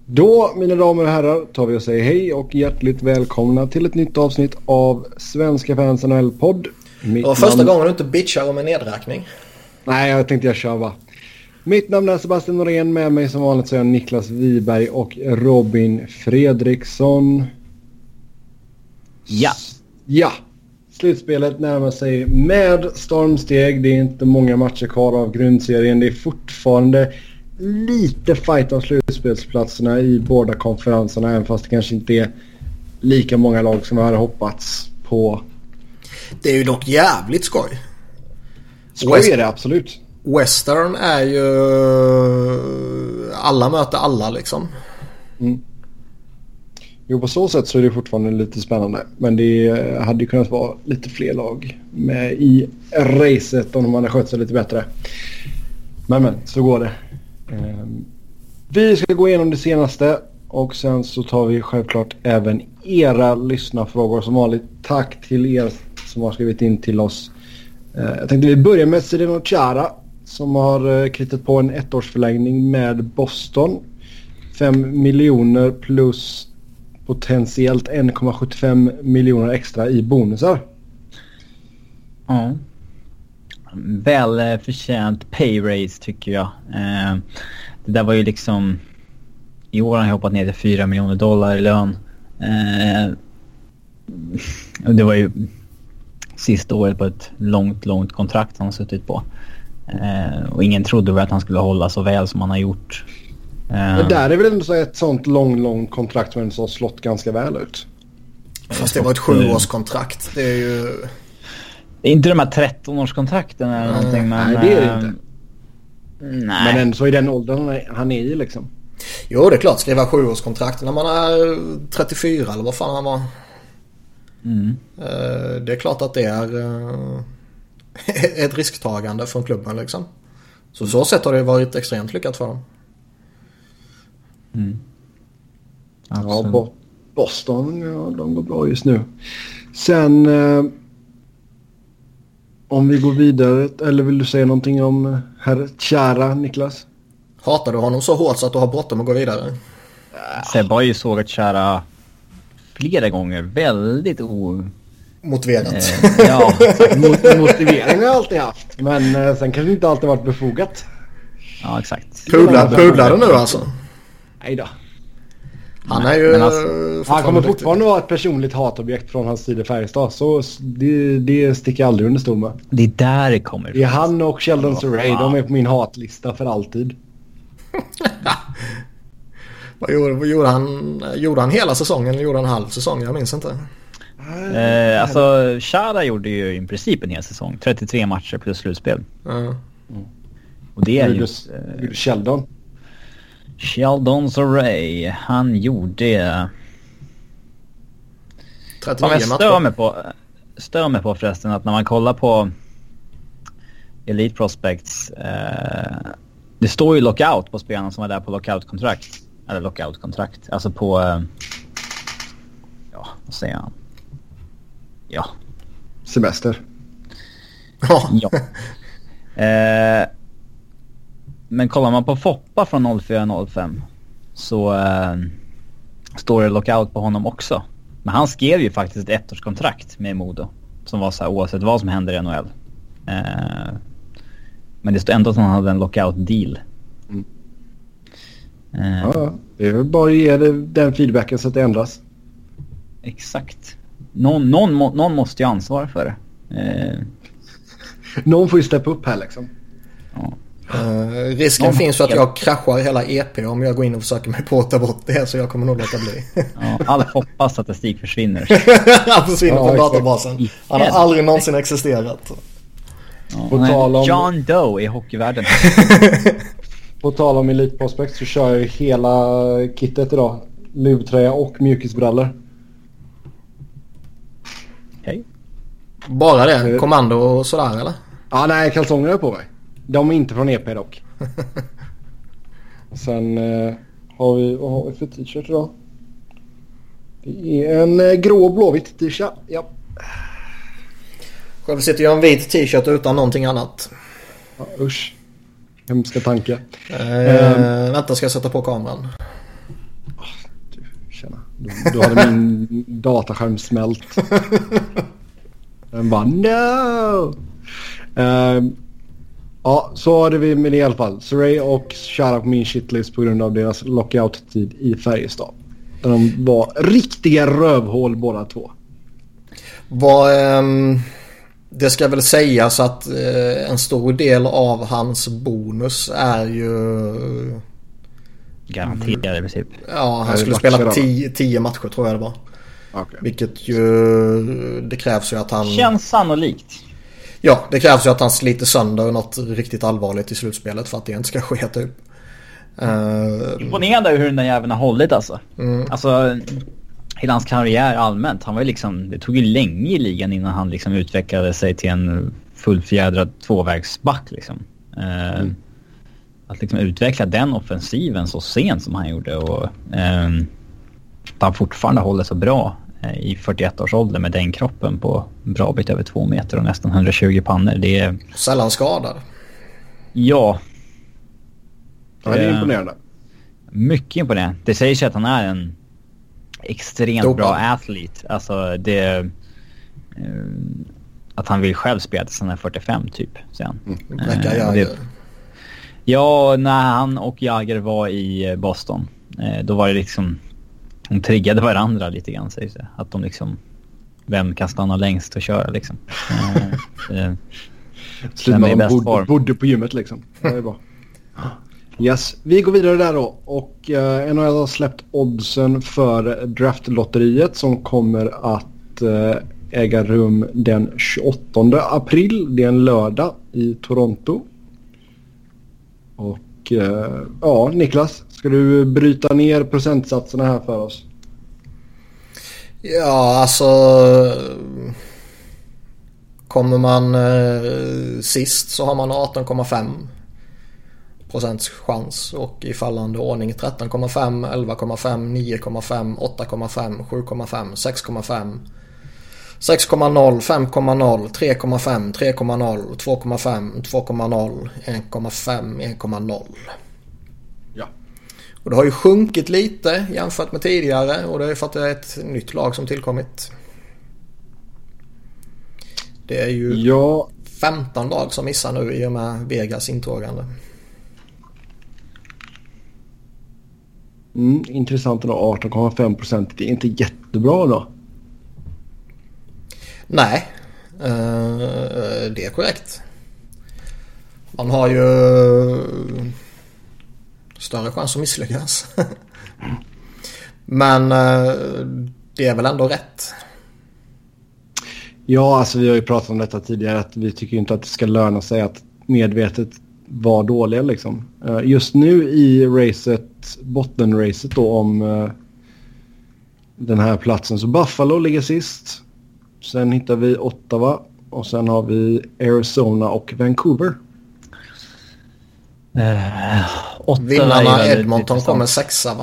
Då, mina damer och herrar, tar vi och säger hej och hjärtligt välkomna till ett nytt avsnitt av Svenska Fans NHL-podd. Det var första gången du inte bitchar om en nedräkning. Nej, jag tänkte jag kör va. Mitt namn är Sebastian Norén, med mig som vanligt så är jag Niklas Wiberg och Robin Fredriksson. Ja, slutspelet närmar sig med stormsteg. Det är inte många matcher kvar av grundserien. Det är fortfarande lite fight av slutspelsplatserna i båda konferenserna, även fast det kanske inte är lika många lag som vi hade hoppats på. Det är ju dock jävligt skoj. Skoj är det absolut. Western är ju alla möter alla liksom. Jo, på så sätt så är det fortfarande lite spännande. Men det hade ju kunnat vara lite fler lag med i racet om de hade skött sig lite bättre. Men så går det. Vi ska gå igenom det senaste och sen så tar vi självklart även era lyssnarfrågor som vanligt. Tack till er som har skrivit in till oss. Jag tänkte vi börjar med Zdeno Chara som har kritat på en ettårsförlängning med Boston. 5 miljoner plus potentiellt 1,75 miljoner extra i bonusar. Ja. Väl förtjänt pay raise tycker jag. Det där var ju liksom, i år har han hoppat ner till $4 miljoner i lön. Och det var ju sista året på ett långt kontrakt han har suttit på. Och ingen trodde väl att han skulle hålla så väl som han har gjort. Men där är väl ändå så ett sånt långt kontrakt som har slått ganska väl ut. Fast det var ett 7-årskontrakt. Det är ju... Det är inte de här 13-årskontrakten eller någonting. Men, nej, det är det inte. Nej. Men ändå så i den åldern han är i liksom. Jo, det är klart. Skriva 7-årskontrakt när man är 34 eller vad fan han var. Det är klart att det är ett risktagande från klubben liksom. Så sätt har det varit extremt lyckat för dem. Ja, Boston, ja, de går bra just nu. Sen om vi går vidare, eller vill du säga någonting om herr Chara, Niklas? Hatar du honom så hårt så att du har bråttom att gå vidare? Sebbe har ju sågat Chara flera gånger, väldigt motiverat. Ja, motivering har jag alltid haft. Men sen kanske inte alltid varit befogat. Ja, exakt. Pudlar nu alltså? Nej då. Han är ju han kommer fortfarande vara ett personligt hatobjekt från hans tid i Färjestad. Så det sticker jag aldrig under stol med. Det är där det kommer. Det är han och Sheldon Surrey. De är på min hatlista för alltid. Vad gjorde han? Gjorde han hela säsongen eller gjorde han halv säsong? Jag minns inte. Alltså Chara gjorde ju i princip en hel säsong. 33 matcher plus slutspel. Och det är ju Sheldon Surrey. Han gjorde 39 matcher. Stör mig på förresten att när man kollar på Elite Prospects, det står ju lockout på spelarna som var där på lockout-kontrakt. Eller lockout-kontrakt. Alltså på vad säger han? Ja. Semester. Ja. Men kollar man på Foppa från 04-05 så står det lockout på honom också. Men han skrev ju faktiskt ett ettårskontrakt med Modo som var så här, oavsett vad som händer i NHL. Men det står ändå att han hade en lockout-deal. Ja, det är väl bara att ge den feedbacken så att det ändras. Exakt. Någon måste ju ansvara för det. Någon får ju steppa upp här liksom. Ja. Risken finns för att jag kraschar hela EP om jag går in och försöker mig på att ta bort det, så jag kommer nog låta bli. Ja, all Foppas statistik försvinner. Han försvinner från databasen. Han har aldrig någonsin existerat. Ja, John Doe i hockeyvärlden. På tal om Elite Prospects så kör jag hela kittet idag. Luvtröja och mjukisbrallor. Okej. Bara det? Kommando och sådär eller? Ja, nej, kalsonger är på mig. De är inte från EP dock. Sen vad har vi för t-shirt idag? Det är en grå blåvitt t-shirt. Ja. Själv sitter jag en vit t-shirt utan någonting annat. Ja, usch. Hemska tanke. Vänta, ska jag sätta på kameran? Då hade min dataskärm smält. Den bara no! Ja, så hade vi med det i alla fall. Surrey och Shara på min shitlist på grund av deras lockout-tid i Färjestad. Där de var riktiga rövhål båda två. Det ska väl sägas att en stor del av hans bonus är ju... Garanterad i princip. Ja, han skulle spela 10 matcher tror jag det var. Okay. Vilket ju... Det krävs ju att han... Känns sannolikt. Ja, det krävs ju att han sliter sönder något riktigt allvarligt i slutspelet för att det inte ska ske typ. Imponerande hur den där jäveln har hållit alltså. Alltså hela hans karriär allmänt. Han var ju liksom, det tog ju länge i ligan innan han liksom utvecklade sig till en fullfjädrad tvåvägsback liksom. Att liksom utveckla den offensiven så sent som han gjorde och att han fortfarande håller så bra i 41 års ålder med den kroppen på en bra bit över 2 meter och nästan 120 pannor. Det är... Sällan skadad. Ja. Ja, det är imponerande. Mycket imponerande. Det säger sig att han är en extremt bra atlet. Alltså det... att han vill själv spela till sina 45 typ. Ja, när han och Jagr var i Boston. Då var det liksom... De triggade varandra lite grann, säger sig. Att de liksom... Vem kan stanna längst och köra liksom. Man bodde på gymmet liksom. Det är bra. Yes, vi går vidare där då. Och NHL har släppt oddsen för draftlotteriet som kommer att äga rum den 28 april. Det är en lördag i Toronto. Och ja, Niklas, ska du bryta ner procentsatserna här för oss? Ja, alltså kommer man sist så har man 18,5% chans och i fallande ordning 13,5, 11,5, 9,5, 8,5, 7,5, 6,5, 6,0, 5,0, 3,5, 3,0, 2,5, 2,0, 1,5, 1,0. Ja. Och det har ju sjunkit lite jämfört med tidigare och det är för att det är ett nytt lag som tillkommit. Det är ju 15 lag som missar nu i och med Vegas intågande. Intressant då, 18,5%. Det är inte jättebra då. Nej, det är korrekt. Man har ju större chans att misslyckas. Men det är väl ändå rätt. Ja, alltså vi har ju pratat om detta tidigare att vi tycker inte att det ska löna sig att medvetet vara dåliga liksom. Just nu i racet, bottenracet då om den här platsen så Buffalo ligger sist. Sen hittar vi Ottawa och sen har vi Arizona och Vancouver. Vinnarna Edmonton kommer 6:a va?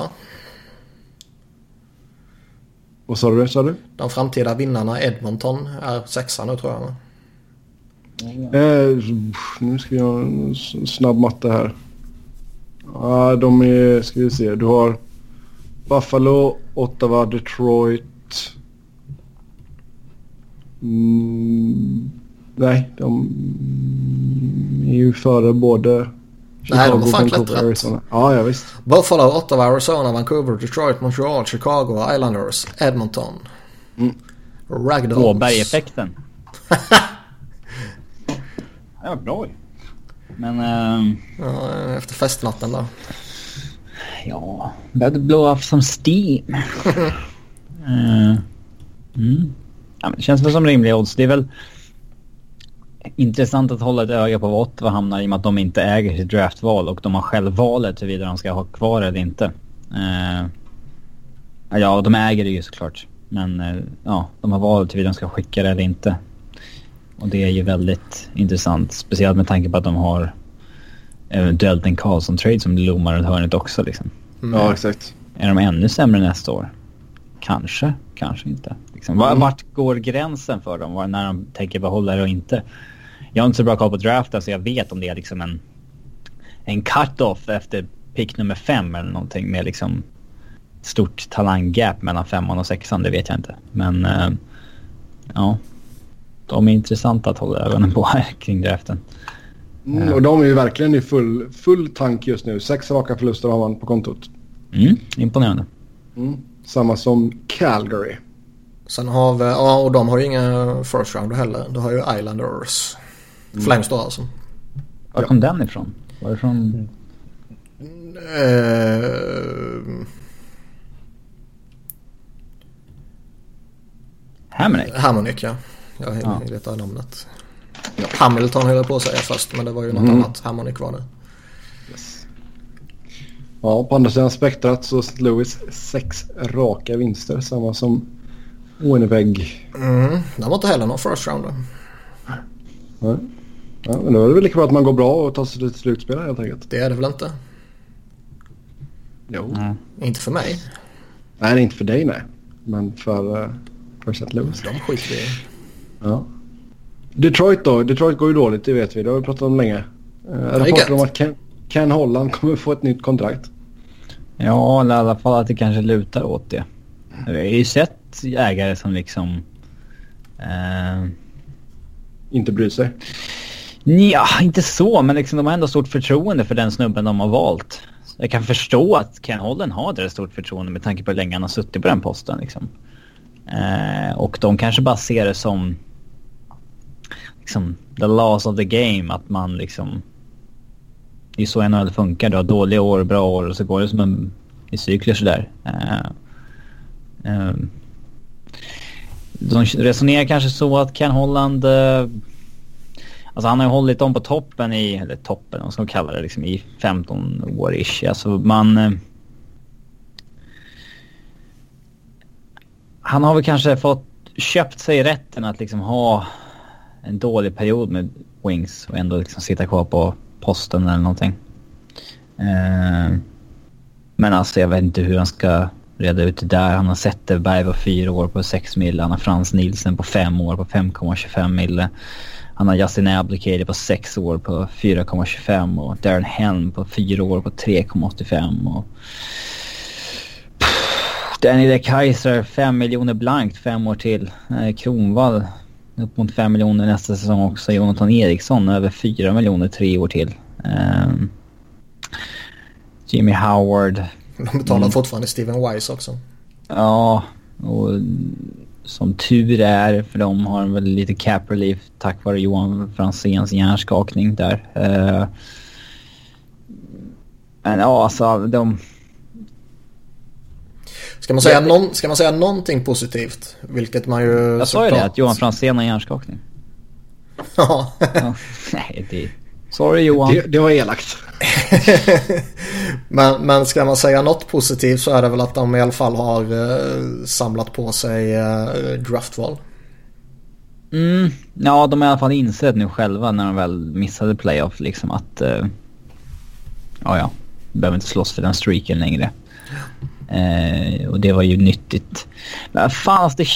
Vad sa du? De framtida vinnarna Edmonton är 6:a nu tror jag. Nu ska jag snabb matte här. De är, ska vi se. Du har Buffalo, Ottawa, Detroit. Nej, de är ju före både Chicago, nej, de har fan Vancouver, Arizona. Ja, visst. Buffalo, Ottawa, Arizona, Vancouver, Detroit, Montreal, Chicago, Islanders, Edmonton. Ragdolls. Åberg-effekten. Det var bra. Men... ja, efter festnatten då. Ja, började blow off som steam. Ja, men det känns väl som rimliga odds. Det är väl intressant att hålla ett öga på vad Ottawa hamnar i och med att de inte äger sitt draftval och de har själv valet huruvida de ska ha kvar eller inte. Ja, de äger det ju såklart. Men ja, de har valet huruvida de ska skicka det eller inte. Och det är ju väldigt intressant. Speciellt med tanke på att de har eventuellt en Karlsson-trade som lommar runt hörnet också. Liksom. Ja, exakt. Är de ännu sämre nästa år? Kanske inte. Liksom. Vart går gränsen för dem? När de tänker behålla det och inte? Jag har inte så bra koll på draften så jag vet om det är liksom en cut-off efter pick nummer 5 eller någonting med liksom stort talanggap mellan 5:an och 6:an, det vet jag inte. Men ja, de är intressanta att hålla ögonen på här kring draften. Och de är ju verkligen i full tank just nu. 6 raka förluster har man på kontot. Imponerande. Samma som Calgary. Sen har vi, och de har ju inga first rounder heller. Du har ju Islanders. Flames då alltså. Var kom den ifrån? Var det från... Hamonic, ja. Jag letar namnet. Hamilton höll på att säga först, men det var ju något annat. Hamonic var det. Yes. Ja, på andra sidan spektrat så St. Louis 6 raka vinster. Samma som Winnipeg. Det var inte heller någon first rounder. Nej. Ja, men då är det väl lika bra att man går bra och tar sig till slutspel helt enkelt. Det är det väl inte? Jo. Inte för mig. Nej, inte för dig, nej. Men för St. Louis. De skiter i. Ja. Detroit då? Detroit går ju dåligt, det vet vi. Det har vi pratat om länge. Rapporter om att Ken Holland kommer få ett nytt kontrakt. Ja, eller i alla fall att det kanske lutar åt det. Vi har ju sett ägare som liksom... inte bryr sig. Ja, inte så, men liksom, de har ändå stort förtroende för den snubben de har valt. Jag kan förstå att Ken Holland har det stort förtroende med tanke på hur länge han har suttit på den posten. Liksom. Och de kanske bara ser det som liksom, the laws of the game. Att man liksom... Det är så NHL funkar. Du har dåliga år, bra år och så går det som en i cykler sådär. De resonerar kanske så att Ken Holland... Alltså han har ju hållit dem på toppen eller toppen, vad ska man kalla det, liksom i 15 år-ish. Alltså man... Han har väl kanske köpt sig rätten att liksom ha en dålig period med Wings och ändå liksom sitta kvar på posten eller någonting. Men alltså jag vet inte hur han ska reda ut det där. Han har Zetterberg på 4 år på 6 mil. Han har Frans Nielsen på 5 år på 5,25 mil. Han har Justin Abdelkader på 6 år på 4,25 och Darren Helm på 4 år på 3,85 och Danny Kaiser 5 miljoner blankt 5 år till. Kronwall upp mot 5 miljoner nästa säsong också. Jonathan Eriksson över 4 miljoner 3 år till. Jimmy Howard. De betalar fortfarande Steven Weiss också. Ja, och som tur är för dem har de väl lite cap relief tack vare Johan Franzéns hjärnskakning där. Men ja, alltså de... Ska man säga någonting positivt? Vilket man ju... Jag sa ju det, att Johan Franzén har hjärnskakning. Ja. Nej, det... Sorry Johan. Det var elakt. men ska man säga något positivt så är det väl att de i alla fall har samlat på sig draftval. Ja, de har i alla fall insett nu själva när de väl missade playoff liksom att behöver inte slåss för den streaken längre. Och det var ju nyttigt. Men fan, alltså, det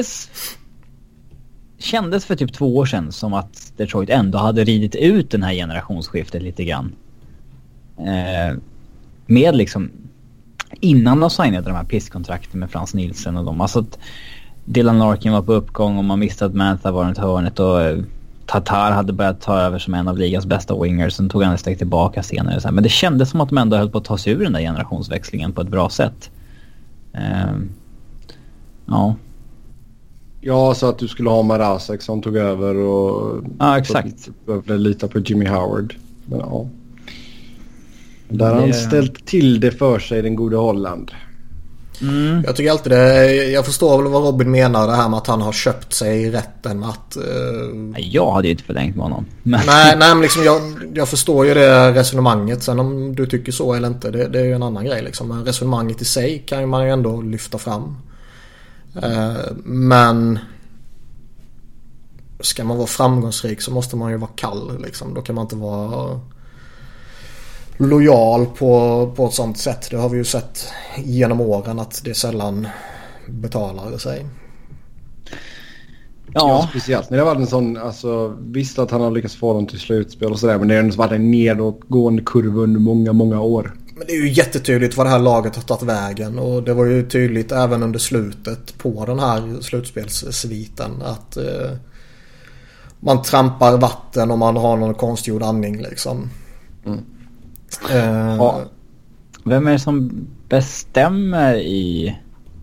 kändes för typ 2 år sedan som att Detroit ändå hade ridit ut den här generationsskiftet lite grann. Med liksom innan de signade de här pisskontrakten med Frans Nielsen och dem. Alltså att Dylan Larkin var på uppgång och man visste att Mantha var runt hörnet och Tatar hade börjat ta över som en av ligans bästa wingers. Sen tog han ett steg tillbaka senare. Så här. Men det kändes som att de ändå höll på att ta sig ur den där generationsväxlingen på ett bra sätt. Ja. Ja, så att du skulle ha Mrazek som tog över och... Ja, exakt. Behövde lita på Jimmy Howard. Men ja. Där har han ställt till det för sig, den gode Holland. Jag tycker alltid det. Jag förstår väl vad Robin menar, det här med att han har köpt sig rätten att... Jag hade ju inte förlängt med honom. Nej, men liksom jag förstår ju det resonemanget. Sen om du tycker så eller inte, det är ju en annan grej liksom. Men resonemanget i sig kan man ju ändå lyfta fram. Men ska man vara framgångsrik så måste man ju vara kall liksom. Då kan man inte vara lojal på ett sånt sätt. Det har vi ju sett genom åren att det sällan betalar sig. Ja, speciellt när det var en sån, alltså visst att han har lyckats få dem till slutspel och sådär, men det har varit en nedåtgående kurva under många, många år. Men det är ju jättetydligt vad det här laget har tagit vägen. Och det var ju tydligt även under slutet på den här slutspelssviten att man trampar vatten och man har någon konstgjord andning liksom. Ja. Vem är det som bestämmer i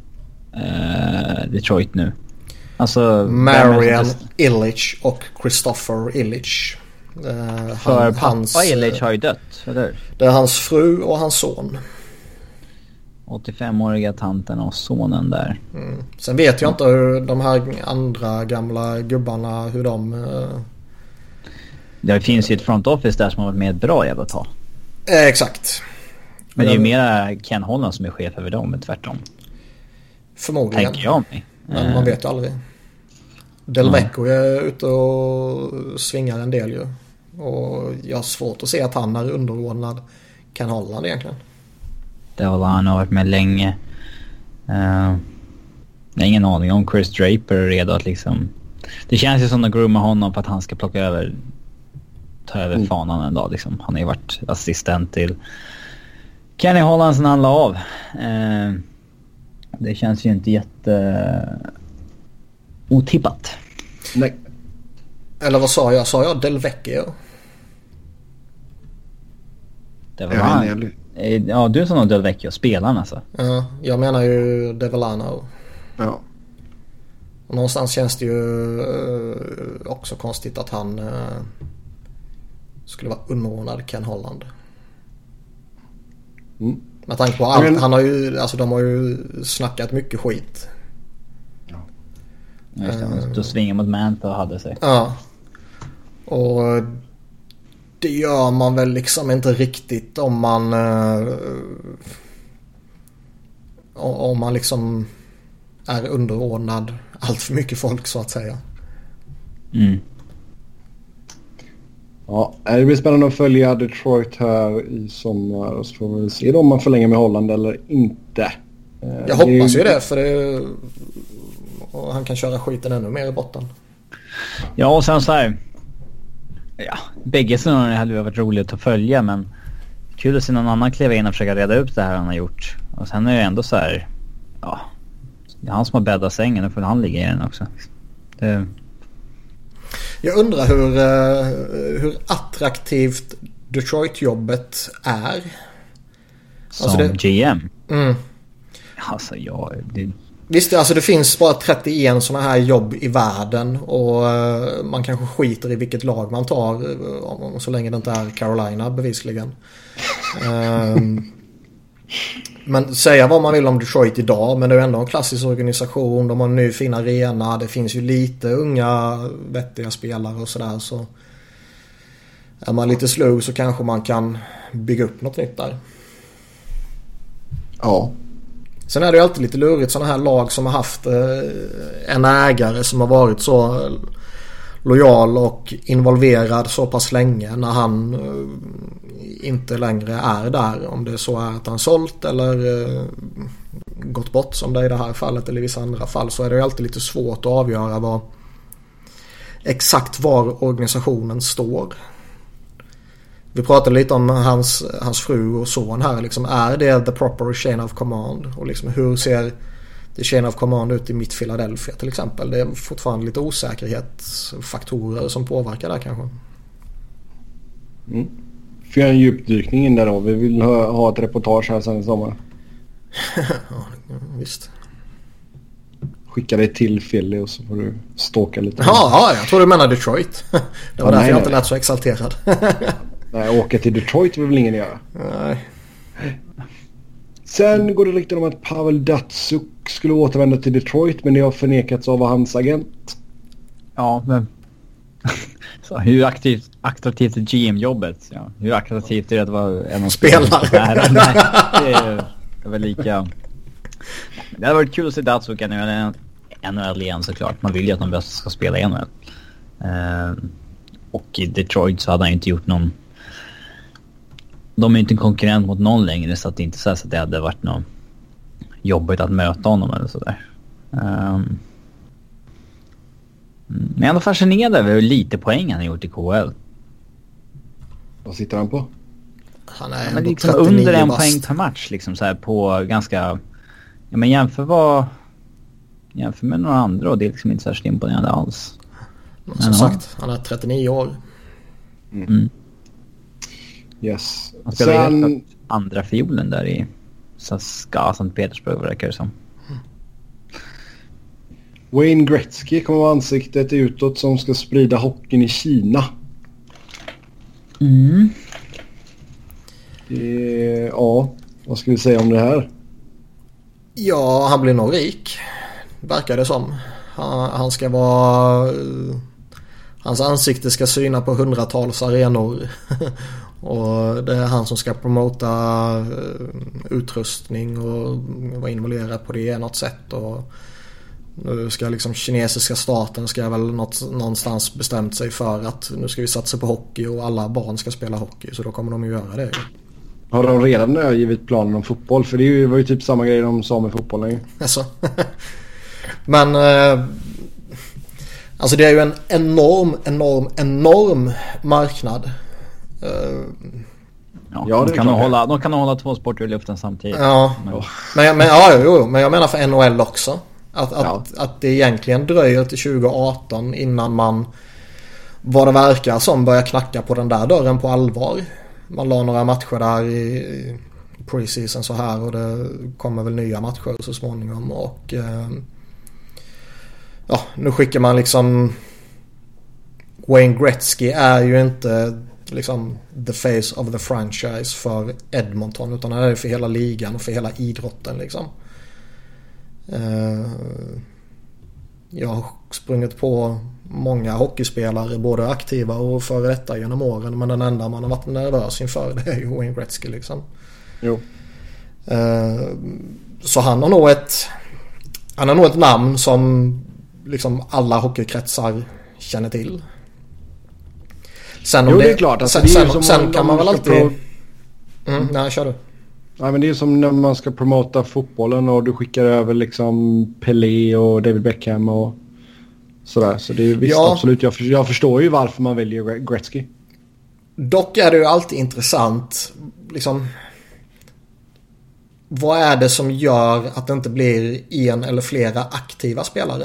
Detroit nu? Alltså Marian Illich och Christopher Illich. För pappa Illich har ju dött, eller? Det är hans fru och hans son. 85-åriga tanten och sonen där. Sen vet jag inte hur de här andra gamla gubbarna, hur de... Det finns ju ett front office där som har varit med ett bra jävla tag. Exakt. Men det är ju mer Ken Holland som är chef över dem, men tvärtom. Förmodligen. Tänker jag mig. Men man vet ju aldrig. Delvecco är ute och svingar en del ju. Och jag har svårt att se att han är underordnad Ken Holland egentligen. Det har han varit med länge. Jag har ingen aning om Chris Draper är redo att liksom... Det känns ju som att grooma honom för att han ska ta över fanan en dag liksom. Han har ju varit assistent till Kenny Holland sen han la av. Det känns ju inte otippat. Nej. Eller vad sa jag? Sa jag Delvecchio? Det var han. Ja, du sa nog Delvecchio, spelaren alltså. Ja, jag menar ju Devellano. Ja. Och någonstans känns det ju också konstigt att han skulle vara underordnad Ken Holland. Med tanke på allt, han har ju, alltså de har ju snackat mycket skit. Ja. Just det, då svingar mot Manta och hade sig. Ja. Och det gör man väl liksom inte riktigt om man liksom är underordnad allt för mycket folk så att säga. Ja, det blir spännande att följa Detroit här i sommar. Så får vi se om man förlänger med Holland eller inte. Jag hoppas ju det, för det, och han kan köra skiten ännu mer i botten. Ja, och sen så här... Ja, bägge scenarierna hade ju varit roligt att följa, men kul att se någon annan kliva in och försöka reda upp det här han har gjort. Och sen är det ändå så här... Ja, det är han som har bäddat sängen och får han ligga i den också. Jag undrar hur attraktivt Detroit-jobbet är. Som alltså GM? Alltså, ja... Visst, alltså det finns bara 31 sådana här jobb i världen och man kanske skiter i vilket lag man tar så länge det inte är Carolina bevisligen. Men säga vad man vill om Detroit idag, men det är ändå en klassisk organisation, de har en ny fin arena, det finns ju lite unga vettiga spelare och sådär, så är man lite slug så kanske man kan bygga upp något nytt där. Ja. Sen är det ju alltid lite lurigt sådana här lag som har haft en ägare som har varit så lojal och involverad så pass länge när han inte längre är där. Om det så är att han sålt eller gått bort som det är i det här fallet eller i vissa andra fall, så är det ju alltid lite svårt att avgöra exakt var organisationen står. Vi pratade lite om hans fru och son här. Liksom, är det the proper chain of command? Och liksom, hur ser det chain of command ut i mitt Philadelphia till exempel? Det är fortfarande lite osäkerhetsfaktorer som påverkar där kanske. Får jag en djupdykning in där då? Vi vill ha ett reportage här sen i sommar. Ja, visst. Skicka dig till Philly och så får du stalka lite. Ja, jag tror du menar Detroit. Det var därför jag inte lät så exalterad. Nej, åka till Detroit vill väl ingen göra. Nej. Sen går det rykten om att Pavel Datsyuk skulle återvända till Detroit, men det har förnekats av hans agent. Ja, men så, hur attraktivt är GM-jobbet? Ja, hur attraktivt är det att vara en spelare? Nej, det är väl lika... Det hade varit kul att se Datsyuk NHL igen såklart. Man vill ju att de bästa ska spela i NHL. Och i Detroit så hade han ju inte gjort någon... De är inte en konkurrent mot någon längre, så att det inte så att det hade varit något jobbigt att möta honom eller sådär. Men jag är ändå fascinerad över hur lite poäng han har gjort i KHL. Vad sitter han på? Han är men liksom under en bast. poäng per match liksom så här på ganska... Ja, men jämför med några andra och det är liksom inte särskilt imponerande alls. Som sagt, han är 39 år. Mm. Yes. Han spelar helt andra fiolen där i Sankt Petersburg, verkar det som. Wayne Gretzky kommer vara ansiktet utåt som ska sprida hockeyn i Kina. Mm. Ja, vad ska vi säga om det här? Ja, han blir nog rik. Verkar det som. Han ska vara... Hans ansikte ska syna på hundratals arenor. Och det är han som ska promota utrustning och vara involverad på det något sätt. Och nu ska liksom kinesiska staten ska väl någonstans bestämt sig för att nu ska vi satsa på hockey och alla barn ska spela hockey. Så då kommer de ju göra det. Har de redan övergivit planen om fotboll? För det var ju typ samma grej de sa med fotbollen. Alltså. Men alltså det är ju en enorm marknad. Ja, de kan hålla två sporter i luften samtidigt. Ja. Men jag menar för NHL också. Att det egentligen dröjer till 2018 innan man, vad det verkar som, börjar knacka på den där dörren på allvar. Man la några matcher där i preseason så här och det kommer väl nya matcher så småningom och nu skickar man liksom Wayne Gretzky är ju inte liksom the face of the franchise för Edmonton utan det är för hela ligan och för hela idrotten liksom. Jag har sprungit på många hockeyspelare både aktiva och före detta genom åren men den enda man har varit nervös inför det är ju Wayne Gretzky liksom. Jo. Så han har nog ett namn som liksom alla hockeykretsar känner till. Sen om det är klart. Alltså, sen kan man väl alltid... Nej, kör du. Ja, men det är som när man ska promota fotbollen och du skickar över liksom Pelé och David Beckham och sådär. Så det är visst absolut. Jag förstår ju varför man väljer Gretzky. Dock är det ju alltid intressant liksom... Vad är det som gör att det inte blir en eller flera aktiva spelare?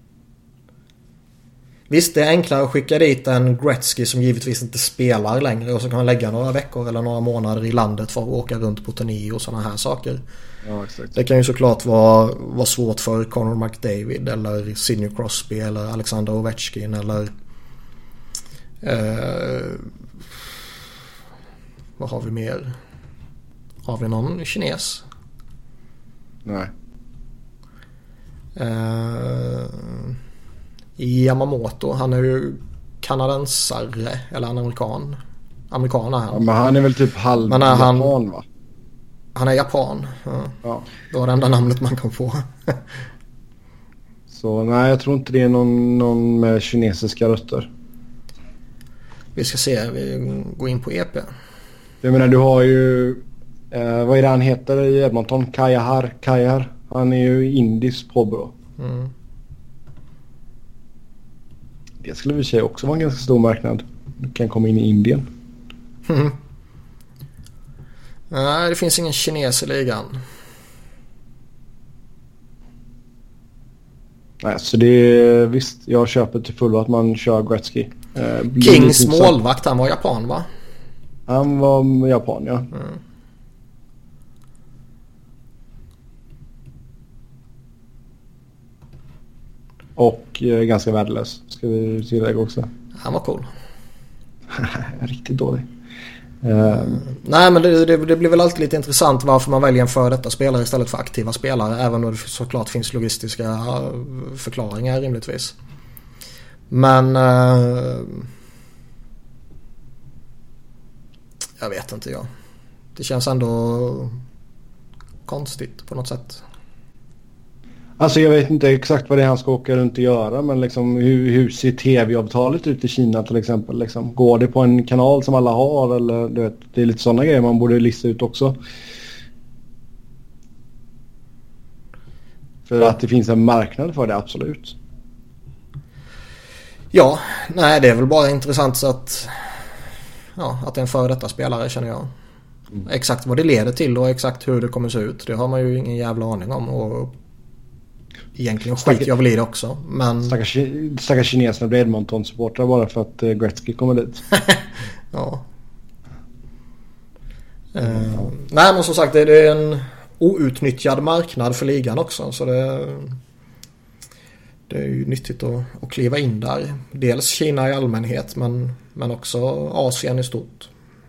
Visst, det är enklare att skicka dit en Gretzky som givetvis inte spelar längre och så kan man lägga några veckor eller några månader i landet för att åka runt på turné och sådana här saker. Ja, exakt. Det kan ju såklart vara svårt för Connor McDavid eller Sidney Crosby eller Alexander Ovechkin eller vad har vi mer? Har vi någon kines? Nej. Yamamoto, han är ju kanadensare eller amerikan är han. Ja, men han är väl typ halv japan va? Han är japan. Ja. Det var det enda namnet man kom på. Så nej, jag tror inte det är någon med kinesiska rötter. Vi ska se, vi går in på EP. Jag menar, du har ju vad är det han heter i Edmonton? Kayar. Han är ju indisk påbrå. Det skulle vi säga också vara en ganska stor marknad. Du kan komma in i Indien. Nej, det finns ingen kines i ligan. Nej, så det är visst, jag köper till fullo att man kör Gretzky. Kings målvakt, han var japan va? Han var japan, ja. Och ganska värdelös, ska vi tillägga också. Han var cool. Riktigt dålig. Nej, men det blir väl alltid lite intressant varför man väljer en för detta spelare istället för aktiva spelare, även om det såklart finns logistiska förklaringar rimligtvis. Men jag vet inte jag. Det känns ändå konstigt på något sätt. Alltså jag vet inte exakt vad det är han ska åka runt och göra, men liksom hur ser tv-avtalet ut i Kina till exempel? Liksom, går det på en kanal som alla har eller du vet, det är lite sådana grejer man borde lista ut också. För att det finns en marknad för det, absolut. Ja, nej det är väl bara intressant så att det är en för detta spelare känner jag. Exakt vad det leder till och exakt hur det kommer se ut, det har man ju ingen jävla aning om. Och egentligen skiter jag väl i det också. Men... Stackars kineserna blir Edmonton-supportrar bara för att Gretzky kommer dit. Ja. Nej, men som sagt, det är en outnyttjad marknad för ligan också. Så det är ju nyttigt att kliva in där. Dels Kina i allmänhet, men också Asien i stort.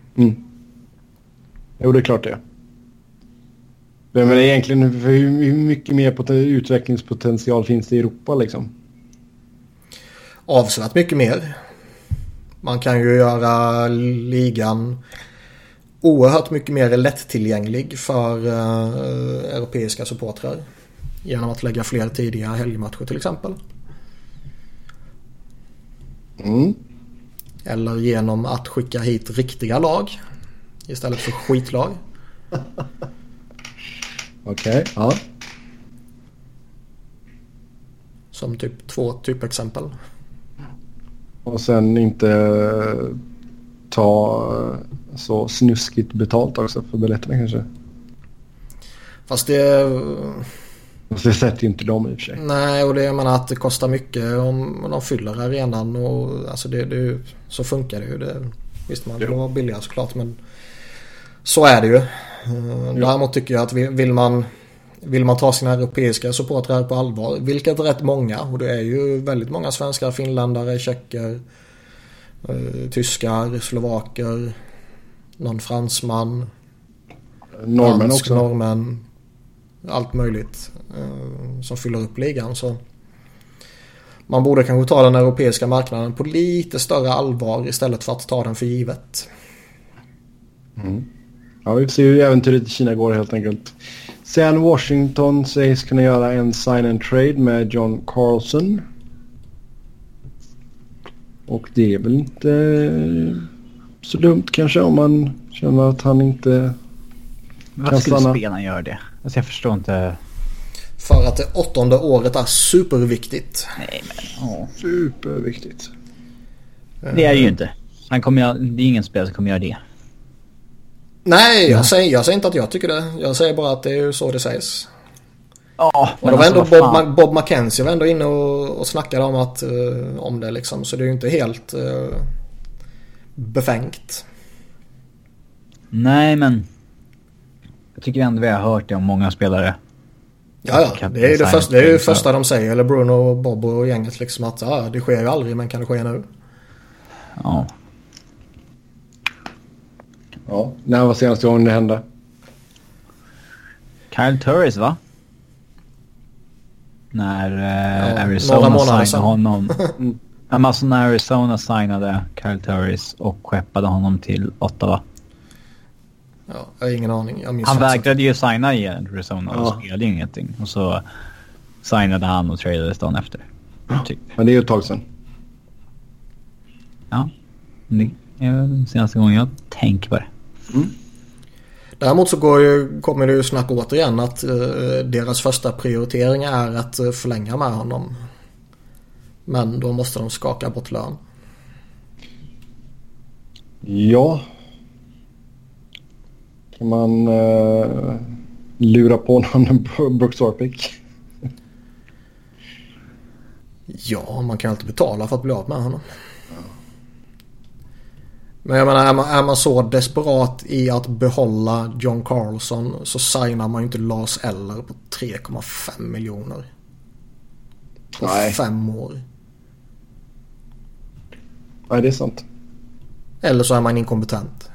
Jo, det är klart det. Men egentligen, hur mycket mer utvecklingspotential finns det i Europa liksom? Avsevärt mycket mer. Man kan ju göra ligan oerhört mycket mer lättillgänglig för europeiska supportrar genom att lägga fler tidiga helgmatcher till exempel. Eller genom att skicka hit riktiga lag istället för skitlag. Okej, ja. Som typ 2 typexempel. Och sen inte ta så snuskigt betalt också för biljetterna kanske. Fast det sätter ju inte dem i och för sig. Nej, och det jag menar att det kostar mycket om de fyller arenan och alltså det så funkar det ju. Visst, man vill vara billigare såklart, men så är det ju. Däremot tycker jag att vill man ta sina europeiska supportrar på allvar, vilket är rätt många, och det är ju väldigt många svenskar, finländare, tjecker, tyskar, slovaker, någon fransman, norrmän också. Norrmän, allt möjligt som fyller upp ligan, så man borde kanske ta den europeiska marknaden på lite större allvar istället för att ta den för givet. Ja, vi ser ju äventyret i Kina går helt enkelt. Sen Washington sägs kunna göra en sign and trade med John Carlson. Och det är väl inte så dumt kanske om man känner att han inte Varför skulle spelarna göra det? Alltså jag förstår inte. För att det 8:e året är superviktigt. Nej men, superviktigt. Det är det ju inte. Det är ingen spelare som kommer göra det. Nej, jag säger inte att jag tycker det. Jag säger bara att det är ju så det sägs. Ja, och då var ändå Bob McKenzie var ändå inne och snackade om det liksom. Så det är ju inte helt befängt. Nej, jag tycker ändå vi har hört det om många spelare. Ja, det är ju det första de säger. Eller Bruno, Bob och gänget liksom att det sker ju aldrig, men kan det ske nu? Ja. Ja, när var senaste gången det hände? Kyle Turris, va? När Arizona signade honom. Alltså när Arizona signade Kyle Turris och skeppade honom till Ottawa. Ja, jag har ingen aning. Han vägrade ju signa i Arizona och spelade ingenting. Och så signade han och tradades dagen efter. Typ. Men det är ju ett tag sedan. Ja, det är senaste gången jag tänker på det. Däremot så kommer det ju snack återigen att deras första prioritering är att förlänga med honom. Men då måste de skaka bort lön. Ja. Kan man lura på någon Brooks Orpik? Ja, man kan alltid betala för att bli av med honom. Men jag menar, är man så desperat i att behålla John Carlson så signar man ju inte Lars Eller på 3,5 miljoner. På 5 år. Nej, det är sant. Eller så är man inkompetent.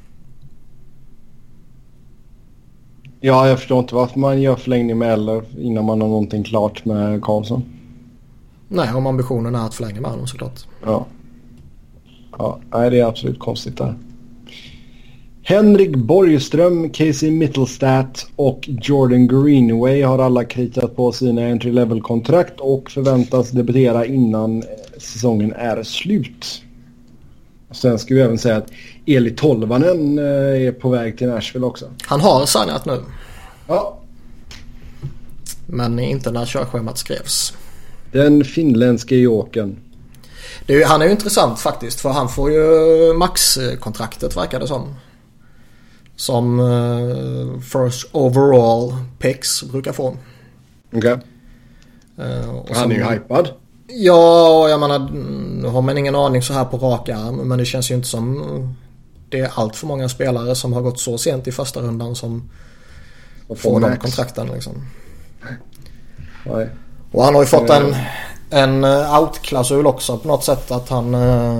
Ja, jag förstår inte varför man gör förlängning med Eller innan man har någonting klart med Carlson. Nej, om ambitionen är att förlänga med honom såklart. Ja, nej, det är absolut konstigt där. Henrik Borgström, Casey Mittelstadt och Jordan Greenway har alla kritat på sina entry-level-kontrakt och förväntas debutera innan säsongen är slut. Sen ska vi även säga att Eli Tolvanen är på väg till Nashville också. Han har signat nu. Ja. Men inte när körschemat skrevs. Den finländske jokern. Han är ju intressant faktiskt, för han får ju maxkontraktet verkar det som. som first overall picks brukar få. Okej. Han är ju hypad. Ja, jag menar, nu har man ingen aning så här på rak arm, men det känns ju inte som det är allt för många spelare som har gått så sent i första rundan som får de kontrakten liksom. Nej. Och han har ju fått en out-klausul också på något sätt, att han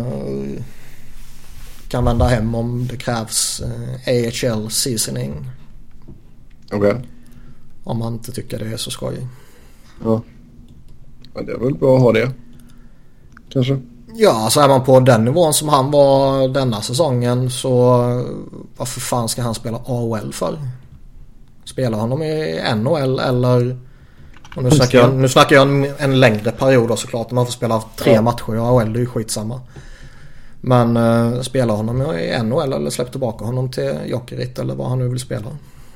kan vända hem om det krävs AHL seasoning. Okej. Om man inte tycker det är så skoj. Ja. Men det är väl bra att ha det. Kanske. Ja, så är man på den nivån som han var denna säsongen, så varför fan ska han spela AHL för? Spelar honom i NHL eller... Och nu snackar jag en längre period då, såklart. Man får spela 3 matcher i AHL, det är ju skitsamma. Men spelar honom i NHL eller släpp tillbaka honom till Jokerit eller vad han nu vill spela.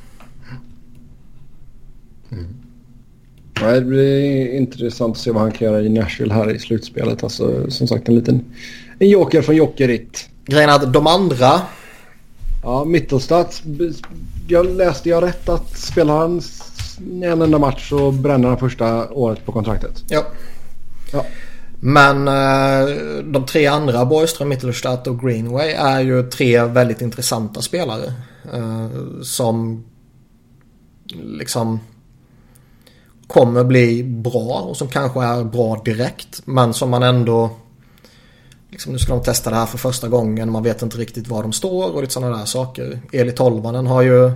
Nej, det blir intressant att se vad han kan göra i Nashville här i slutspelet. Alltså, som sagt, en joker från Jokerit. Grejen är att de andra... Ja, Mittelstadt. Jag rätt att spelar han en enda match så bränner han första året på kontraktet? Ja. Men de 3 andra, Borgström, Mittelstadt och Greenway, är ju 3 väldigt intressanta spelare. Som liksom kommer bli bra och som kanske är bra direkt, men som man ändå liksom, nu ska de testa det här för första gången, man vet inte riktigt var de står och lite sådana där saker. Eli Tolvanen har ju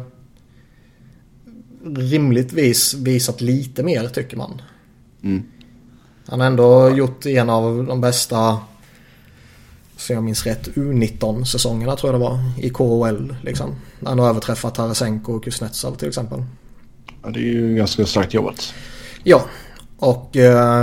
rimligtvis visat lite mer, tycker man. Han har ändå gjort en av de bästa, så jag minns rätt, U19-säsongerna tror jag det var, i KHL liksom. Han har överträffat Tarasenko och Kuznetsov till exempel. Ja, det är ju ganska starkt jobbat. Ja, och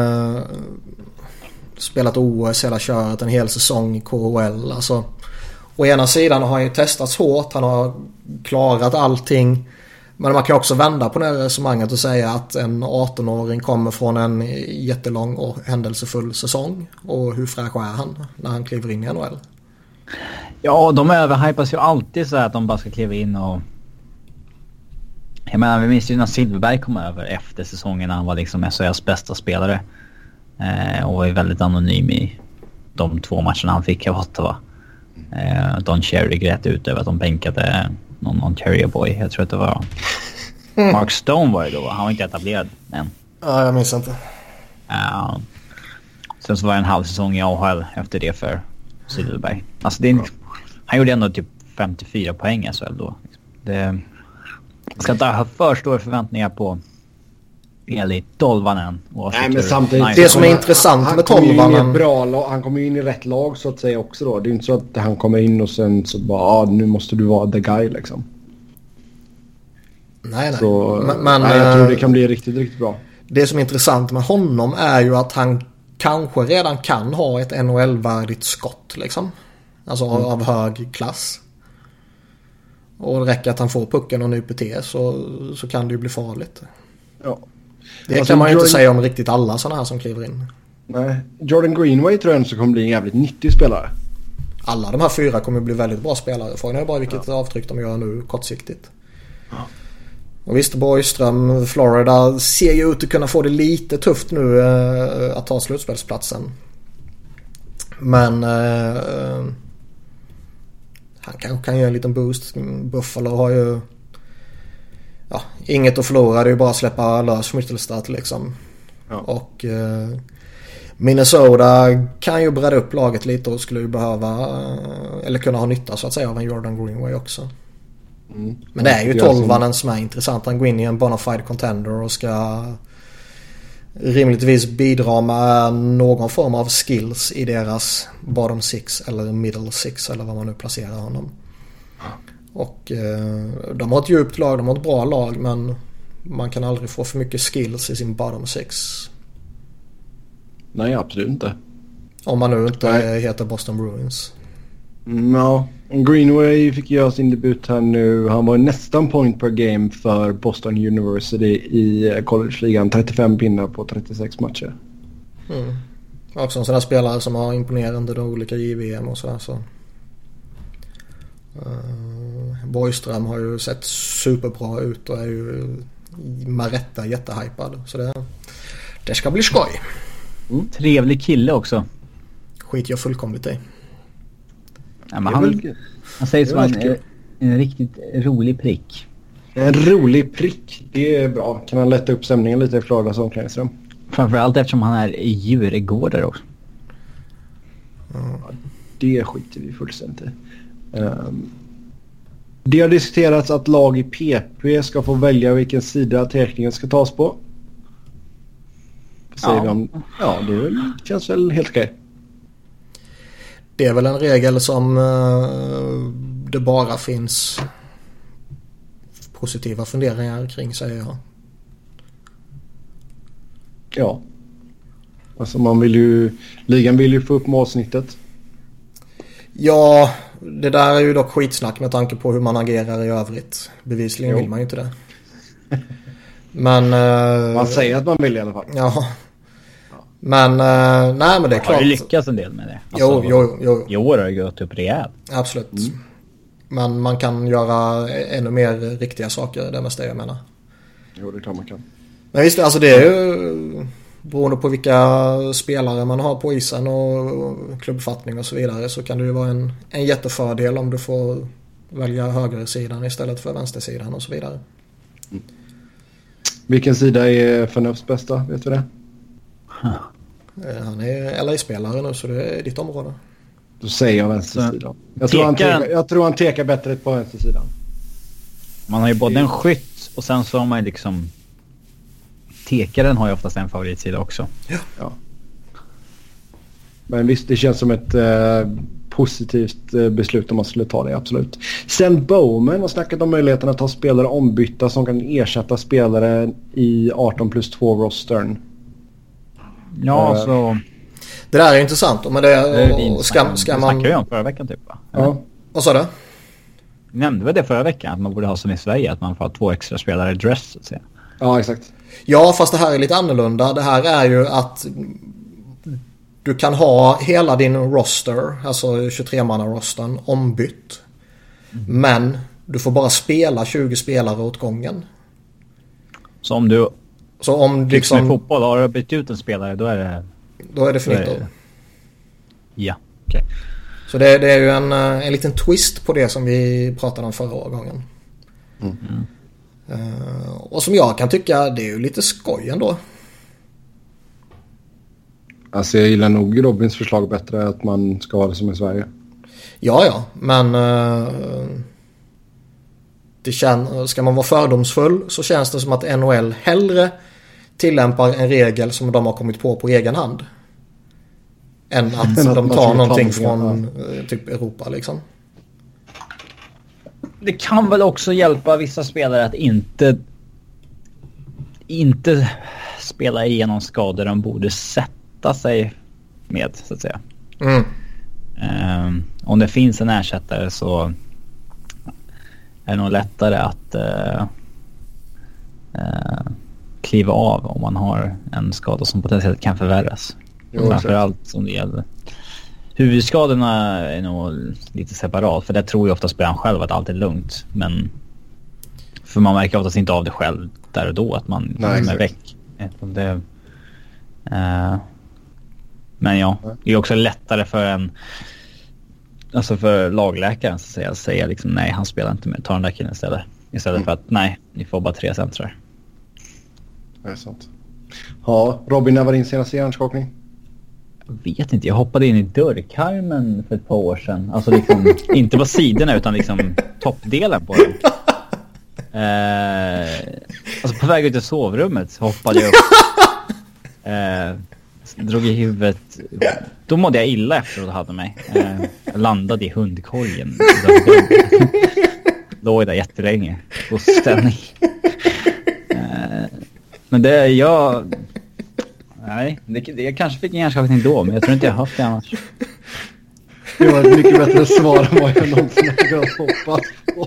spelat OS hela köret, en hel säsong i KHL. Alltså, å ena sidan har han ju testats hårt, han har klarat allting. Men man kan också vända på det här resonemanget och säga att en 18-åring kommer från en jättelång och händelsefull säsong. Och hur fräsch är han när han kliver in i NHL? Ja, de överhypas ju alltid så att de bara ska kliva in och... Jag menar, vi minns ju när Silverberg kom över efter säsongen när han var liksom SHLs bästa spelare. Och var ju väldigt anonym i de 2 matcherna han fick av Ottawa. Don Cherry grät ut över att de bänkade någon Ontario boy. Jag tror att det var Mark Stone var det då. Han var inte etablerad än. Ja, jag minns inte. Sen så var det en halv säsong i AHL efter det för Silverberg. Alltså han gjorde ändå typ 54 poäng i SHL då. Det ska inte ha för stora förväntningar på Eli Tolvanen. Nej, men samtidigt, det som är intressant med Tolvanen... Han kommer ju in i rätt lag så att säga också då. Det är inte så att han kommer in och sen så bara nu måste du vara the guy liksom. Nej. Så, men jag tror det kan bli riktigt, riktigt bra. Det som är intressant med honom är ju att han kanske redan kan ha ett NHL-värdigt skott liksom. Alltså av hög klass. Och det räcker att han får pucken och nyper till så kan det ju bli farligt. Ja. Det alltså, kan man ju inte säga om riktigt alla sådana här som kliver in. Nej, Jordan Greenway tror jag så kommer bli en jävligt nyttig spelare. Alla de här 4 kommer bli väldigt bra spelare. Frågan är bara vilket avtryck de gör nu kortsiktigt. Ja. Och visst, Borgström, Florida ser ju ut att kunna få det lite tufft nu att ta slutspelsplatsen. Men han kanske kan göra en liten boost. Buffalo har ju inget att förlora. Det är ju bara att släppa lös Mittelstadt liksom. Ja. Och Minnesota kan ju bredda upp laget lite och skulle ju behöva eller kunna ha nytta så att säga av en Jordan Greenway också. Men det är ju Tolvanen som är intressant. Han går in i en bona fide contender och ska rimligtvis bidra med någon form av skills i deras bottom 6 eller middle 6 eller vad man nu placerar honom. Och de har ett djupt lag, de har ett bra lag, men man kan aldrig få för mycket skills i sin bottom 6. Nej, absolut inte. Om man nu inte heter Boston Bruins. Ja, Greenway fick göra sin debut här nu. Han var nästan point per game för Boston University i college-ligan. 35 pinnar på 36 matcher. Också en sån där spelare som har imponerat under de olika JVM och sådär. Så. Borgström har ju sett superbra ut och är ju med rätta jättehypad. Så det ska bli skoj. Trevlig kille också. Skit jag fullkomligt i. Ja, men han säger som en riktigt rolig prick. En rolig prick, det är bra. Kan han lätta upp stämningen lite i Floridas omklädningsrum? Framförallt eftersom han är djurgårdare också. Ja, det skiter vi fullständigt i. Det har diskuterats att lag i PP ska få välja vilken sida teckningen ska tas på. Säger de? Ja, det känns väl helt okej. Det är väl en regel som det bara finns positiva funderingar kring, säger jag. Ja. Alltså ligan vill ju få upp målsnittet. Ja, det där är ju dock skitsnack med tanke på hur man agerar i övrigt. Bevisligen vill man ju inte det. Men man säger att man vill i alla fall. Ja. Men nej, men det är klart. Har du lyckats en del med det? Alltså, jo. I år har det gått upp rejält. Absolut. Men man kan göra ännu mer riktiga saker, det mesta jag menar. Jo, det är klart man kan. Men visst, alltså det är ju beroende på vilka spelare man har på isen och klubbfattning och så vidare, så kan det ju vara en jättefördel om du får välja högersidan istället för vänstersidan och så vidare. Vilken sida är Förnufts bästa, vet du det? Han är LA-spelare nu, så det är ditt område. Då säger jag vänstersidan. Jag tror han tekar bättre på vänstersidan. Man har ju både en skytt och sen så har man liksom... Tekaren har ju oftast en favoritsida också. Ja. Men visst, det känns som ett positivt beslut om man skulle ta det, absolut. Sen Bowman har snackat om möjligheten att ha spelare ombytta som kan ersätta spelare i 18+2-rostern. Ja, så... Det där är intressant. Men det ska man... snackade ju om förra veckan typ, va? Ja. Vad sa du? Nämnde väl det förra veckan att man borde ha som i Sverige, att man får ha 2 extra spelare i dress, så att säga. Ja, exakt. Ja, fast det här är lite annorlunda. Det här är ju att du kan ha hela din roster, alltså 23-manna-rostern, ombytt. Men du får bara spela 20 spelare åt gången. Så om du... Så om liksom... i fotboll har du bytt ut en spelare, då är det... Då är det finito. Ja, okej. Okay. Så det är ju en liten twist på det som vi pratade om förra gången. Och som jag kan tycka, det är ju lite skoj ändå. Alltså jag gillar nog Robins förslag bättre, att man ska ha det som i Sverige. Ja, men ska man vara fördomsfull så känns det som att NHL hellre tillämpar en regel som de har kommit på egen hand än att de tar någonting från typ Europa liksom. Det kan väl också hjälpa vissa spelare att inte spela igenom skador de borde sätta sig med, så att säga. Om det finns en ersättare så är det nog lättare att kliva av om man har en skada som potentiellt kan förvärras. Framförallt som det gäller. Huvudskadorna är nog lite separat, för det tror ju ofta spelaren själv att allt är lugnt, men för man märker oftast inte av det själv där och då att man är väck. Men ja, det är också lättare för för lagläkaren att säga liksom, nej, han spelar inte med, ta den där killen istället för att nej, ni får bara 3 centrar. Det är sant. Ja, Robin, när var din senaste hjärnskakning? Jag vet inte, jag hoppade in i dörrkarmen för ett par år sedan. Alltså liksom, inte på sidorna utan liksom toppdelen på den. Alltså på väg ut i sovrummet hoppade jag upp. Drog i huvudet. Då mådde jag illa efteråt och hade mig. Jag landade i hundkorgen. Låg där jättelänge på ställning. Men det jag... Nej, jag kanske fick en hjärnskakning då, men jag tror inte jag har haft det annars. Det var ett mycket bättre svar än vad jag någonsin hade kunnat hoppas på.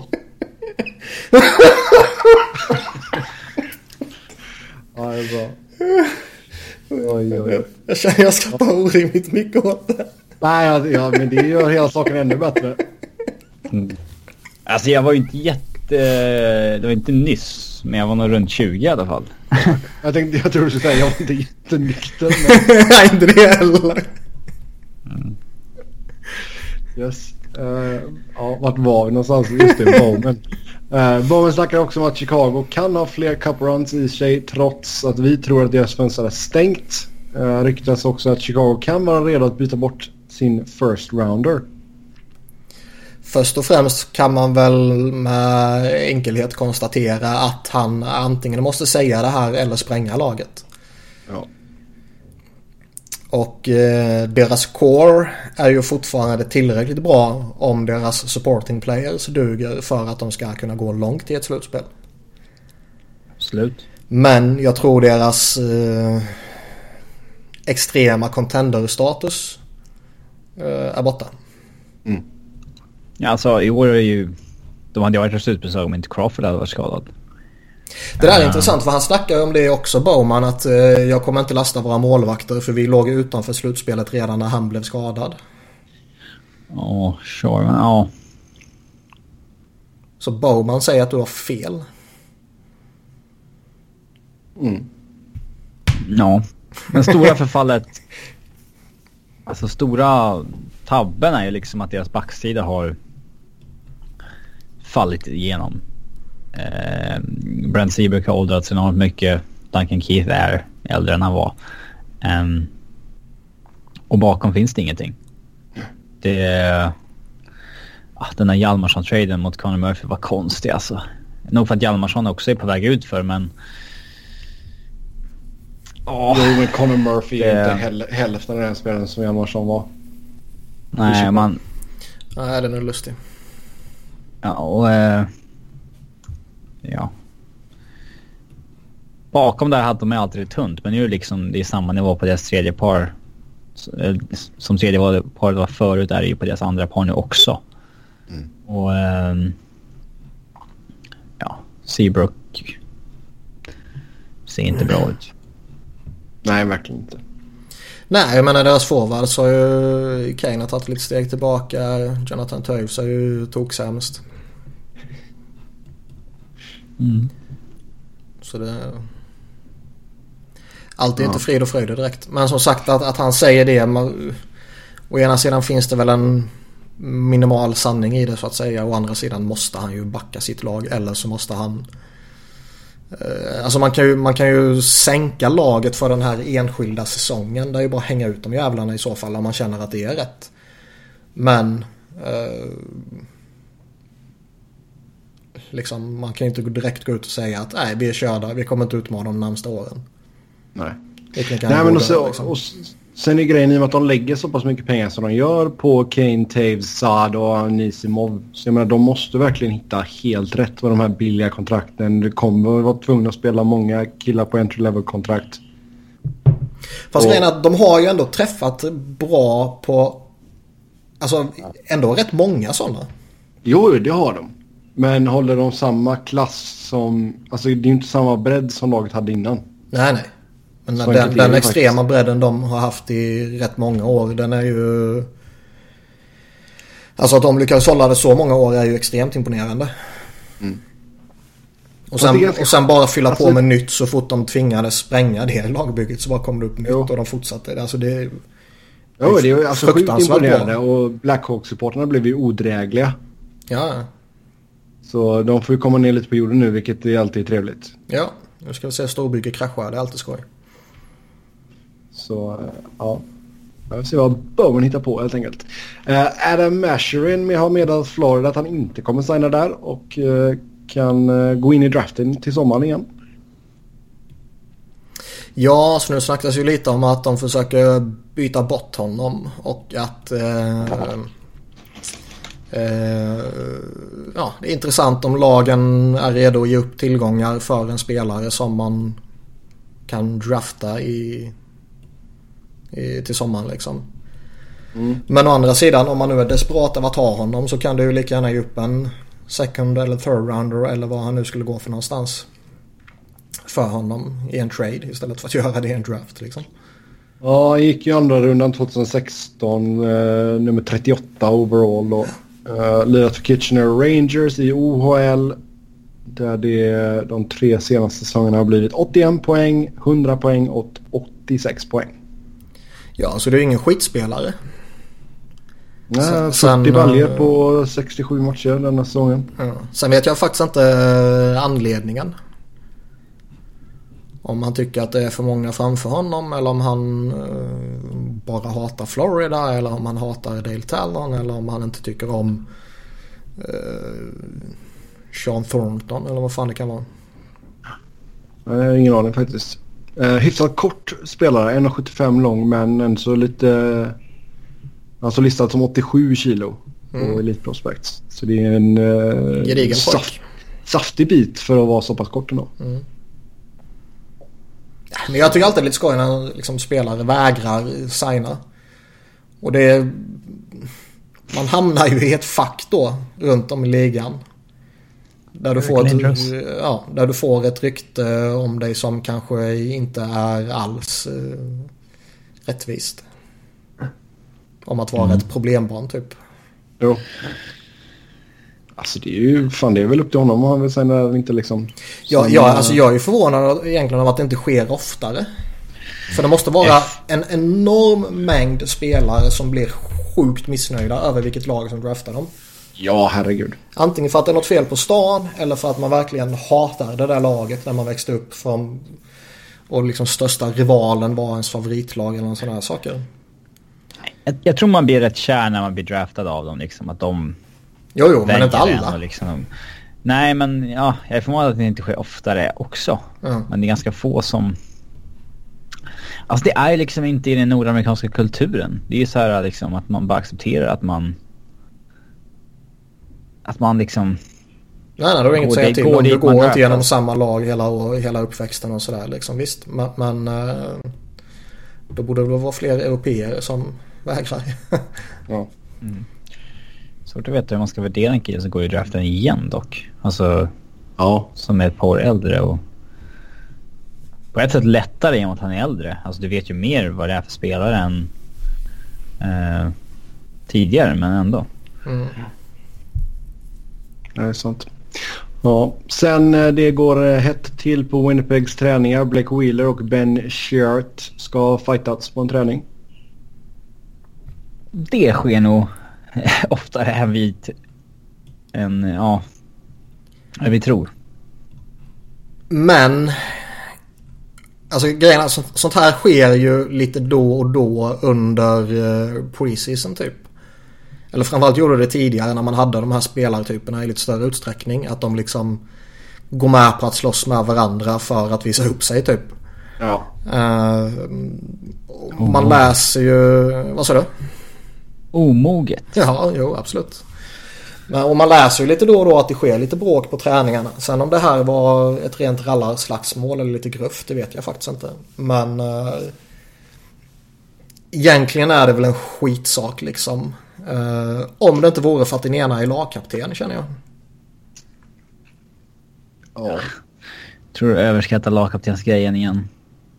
Ja, det är bra. Oj. Jag känner jag ska bara orimligt mycket åt det. Nej, ja, men det gör hela saken ännu bättre. Alltså jag var ju inte det var inte nyss, men jag var nog runt 20 i alla fall. Jag tror du skulle säga jag var inte jättenykter. Nej, inte det heller. Yes. Ja, vart var vi någonstans? Just det, Bowman. Bowman snackar också om att Chicago kan ha fler cup runs i sig trots att vi tror att deras fönster är stängt. Ryktas också att Chicago kan vara redo att byta bort sin first rounder. Först och främst kan man väl med enkelhet konstatera att han antingen måste säga det här eller spränga laget. Ja. Och deras core är ju fortfarande tillräckligt bra om deras supporting players duger för att de ska kunna gå långt i ett slutspel. Slut. Men jag tror deras extrema contender-status är borta. Mm. Ja, alltså i år är ju... De hade varit slutspel om inte Crawford hade varit skadad. Det där är intressant för han snackar om det också, Bowman, att jag kommer inte lasta våra målvakter för vi låg utanför slutspelet redan när han blev skadad. Ja, sure, men ja. Så Bowman säger att du har fel. Ja, men stora förfallet... Alltså stora tabben är ju liksom att deras backsida har fallit igenom. Brent Seabrook har åldrats enormt mycket. Duncan Keith är äldre än han var. Och bakom finns det ingenting. Det är... den här Hjalmarsson-traden mot Conor Murphy var konstig alltså. Nog för att Hjalmarsson också är på väg ut för, men... Jo, men Conor Murphy är inte hälften av den spelaren som Hjalmarsson var. Nej, man... Nej, den är lustig. Ja, och... ja. Bakom där hade de alltid tunt, men nu är liksom det är samma nivå på deras tredje par. Som tredje par var förut är det ju på deras andra par nu också. Och ja, Seabrook ser inte bra ut. Nej, verkligen inte. Nej, jag menar deras forward så har ju Kane har tagit lite steg tillbaka. Jonathan Toews är ju toksämst. Så det... Allt är inte frid och fröjd direkt. Men som sagt att han säger det. Å ena sidan finns det väl en minimal sanning i det så att säga. Å andra sidan måste han ju backa sitt lag. Eller så måste han... Alltså man kan ju sänka laget för den här enskilda säsongen. Det är ju bara hänga ut de jävlarna i så fall om man känner att det är rätt. Men liksom, man kan ju inte direkt gå ut och säga att nej, vi är körda, vi kommer inte utmana de närmsta åren. Nej. Nej, men och sen är grejen i och med att de lägger så pass mycket pengar som de gör på Kane, Taves, Saad och Anisimov. Så jag menar, de måste verkligen hitta helt rätt med de här billiga kontrakten. Det kommer att vara tvungna att spela många killar på entry-level-kontrakt. Fast grejen är att de har ju ändå träffat bra på... Alltså ändå rätt många sådana. Jo, det har de. Men håller de samma klass som... Alltså det är ju inte samma bredd som laget hade innan. Nej. Men den extrema bredden de har haft i rätt många år, den är ju... Alltså att de lyckas hålla det så många år är ju extremt imponerande. Och sen bara fylla på med nytt så fort de tvingades spränga det lagbygget så bara kom det upp nytt och de fortsatte. Alltså det är... Jo, det är ju alltså sjukt imponerande bra. Och Blackhawks-supporterna blev ju odrägliga. Ja. Så de får ju komma ner lite på jorden nu, vilket är alltid trevligt. Ja, nu ska vi se storbygge krascha, det är alltid skoj. Så, ja. Jag vill se vad Bowman hittar på helt enkelt. Adam Masherin har meddelat Florida att han inte kommer signa där och kan gå in i draften till sommaren igen. Ja, så nu snackas ju lite om att de försöker byta bort honom och att ja, det är intressant om lagen är redo att ge upp tillgångar för en spelare som man kan drafta till sommaren liksom. Men å andra sidan, om man nu är desperat av att ha honom så kan du ju lika gärna ge upp en second eller third rounder eller vad han nu skulle gå för någonstans för honom i en trade istället för att göra det i en draft liksom. Ja, gick ju andra rundan 2016 nummer 38 overall och Lirat för Kitchener Rangers i OHL. Där det de 3 senaste säsongerna har blivit 81 poäng, 100 poäng och 86 poäng. Ja, så det är ingen skitspelare. Nej, 40 baljor på 67 matcher denna säsongen. Ja. Sen vet jag faktiskt inte anledningen. Om han tycker att det är för många framför honom, eller om han bara hatar Florida, eller om han hatar Dale Talon, eller om han inte tycker om Sean Thornton, eller vad fan det kan vara. Jag har ingen aning faktiskt. Hyfsat kort spelare, 1,75 lång, men en så lite... Alltså listad som 87 kilo på Elite Prospects. Så det är en saftig bit för att vara så pass kort ändå. Men jag tycker alltid det är lite skoj när liksom spelare vägrar signa. Och det är, man hamnar ju i ett fack då runt om i ligan. Där du får ett rykte om dig som kanske inte är alls rättvist. Om att vara ett problembarn typ. Jo. Alltså det är ju fan, det är väl upp till honom om han vill säga när det inte liksom... Alltså jag är ju förvånad egentligen av att det inte sker oftare. För det måste vara en enorm mängd spelare som blir sjukt missnöjda över vilket lag som draftar dem. Ja, herregud. Antingen för att det är något fel på stan, eller för att man verkligen hatar det där laget när man växte upp från, och liksom största rivalen var ens favoritlag eller sådana här saker. Jag tror man blir rätt kär när man blir draftad av dem liksom, att de... Jo, men inte alla. Liksom, nej, men ja, jag är förmodad att det inte sker oftare också. Men det är ganska få som... Alltså det är liksom inte i den nordamerikanska kulturen. Det är ju så här liksom att man bara accepterar att man liksom... Nej, du har inget att säga till om. Du går inte genom samma lag hela uppväxten och sådär liksom. Visst, men då borde det vara fler europeer som vägrar. Ja. Svårt att veta hur man ska värdera en kille som går i draften igen dock. Alltså, ja, som är ett par år äldre och på ett sätt lättare genom att han är äldre. Alltså du vet ju mer vad det är för spelare än tidigare, men ändå. Det är sant. Ja, sen det går hett till på Winnipegs träningar. Blake Wheeler och Ben Sherratt ska fightats på en träning. Det sker nog oftare än vi tror. Men alltså grejerna, sånt här sker ju lite då och då under preseason typ. Eller framförallt gjorde det tidigare när man hade de här spelartyperna i lite större utsträckning. Att de liksom går med på att slåss med varandra för att visa upp sig typ. Ja. Man läser ju... Vad sa du? Omoget. Ja, jo, absolut. Och man läser ju lite då och då att det sker lite bråk på träningarna. Sen om det här var ett rent rallarslagsmål eller lite gruff, det vet jag faktiskt inte. Men egentligen är det väl en skitsak liksom. Om det inte vore för att den ena är lagkapten, känner jag. Ja. Tror du överskattar lagkaptensgrejen igen?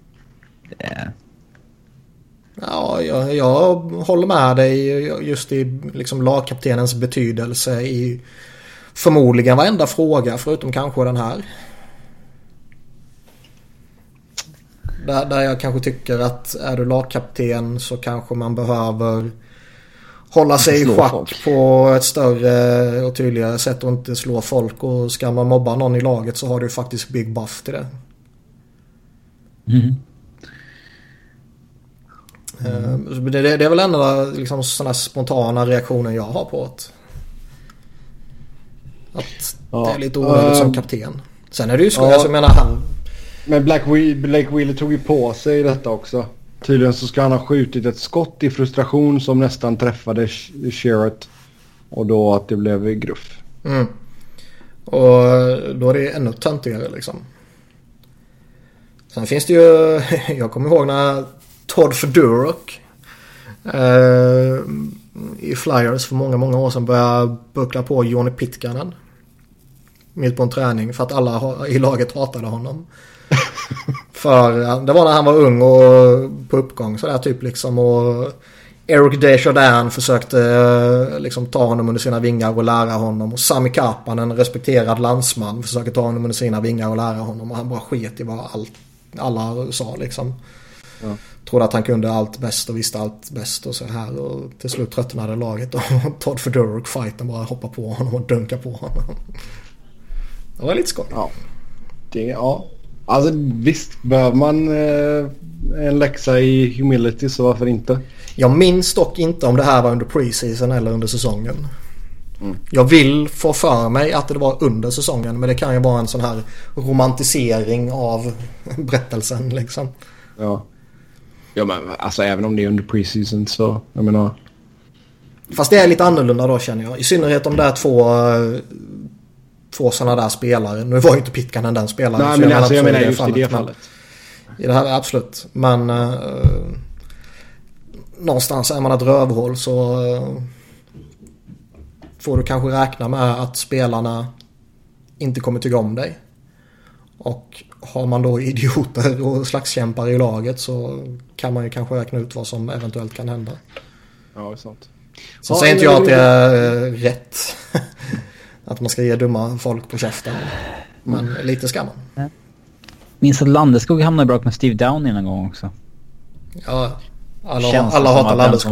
Ja, jag håller med dig just i liksom lagkaptenens betydelse i förmodligen varenda fråga förutom kanske den här. Där jag kanske tycker att är du lagkapten så kanske man behöver hålla sig i schack på ett större och tydligare sätt och inte slå folk, och ska man mobba någon i laget så har du faktiskt big buff till det. Det är väl ändå liksom sådana spontana reaktioner jag har på att det är lite onödigt som kapten. Sen är det ju så, jag menar han... Men Blake Wheeler tog ju på sig detta också. Tydligen så ska han ha skjutit ett skott i frustration som nästan träffade Sherratt, och då att det blev gruff. Och då är det ännu töntigare liksom. Sen finns det ju... Jag kommer ihåg när Todd Fedoruk i Flyers för många år sedan började buckla på Johnny Pitkanen mitt på en träning för att alla i laget hatade honom. För det var när han var ung och på uppgång så där typ liksom, och Eric Desjardins försökte liksom ta honom under sina vingar och lära honom. Och Sami Kapanen, en respekterad landsman, försökte ta honom under sina vingar och lära honom. Och han bara sket i vad alla sa liksom. Ja. Trodde att han kunde allt bäst och visste allt bäst och så här. Och till slut tröttnade laget och Todd Fedoruk fighten bara hoppa på honom och dunka på honom. Det var lite skoj. Ja. Alltså visst, behöver man en läxa i humility, så varför inte? Jag minns dock inte om det här var under preseason eller under säsongen. Jag vill få för mig att det var under säsongen, men det kan ju vara en sån här romantisering av berättelsen liksom. Ja, men alltså även om det är under preseason så, jag menar... Fast det är lite annorlunda då, känner jag. I synnerhet om det är två sådana där spelare. Nu var ju inte Pitkanen den spelaren. Nej, men alltså, jag menar just i det fallet. I det här, absolut. Men någonstans är man ett rövhål, så får du kanske räkna med att spelarna inte kommer tycka om dig. Och har man då idioter och slagskämpar i laget, så kan man ju kanske räkna ut vad som eventuellt kan hända. Ja, det är sant. Så säger inte jag att det är rätt att man ska ge dumma folk på käften. Men lite ska man. Minns att Landeskog hamnade i bråk med Steve Downey en gång också. Ja, alla hatar Landeskog.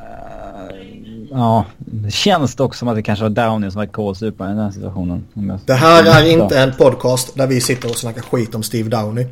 Ja, det känns dock som att det kanske var Downey som var kålsuparen i den här situationen. Det här är inte en podcast där vi sitter och snackar skit om Steve Downey.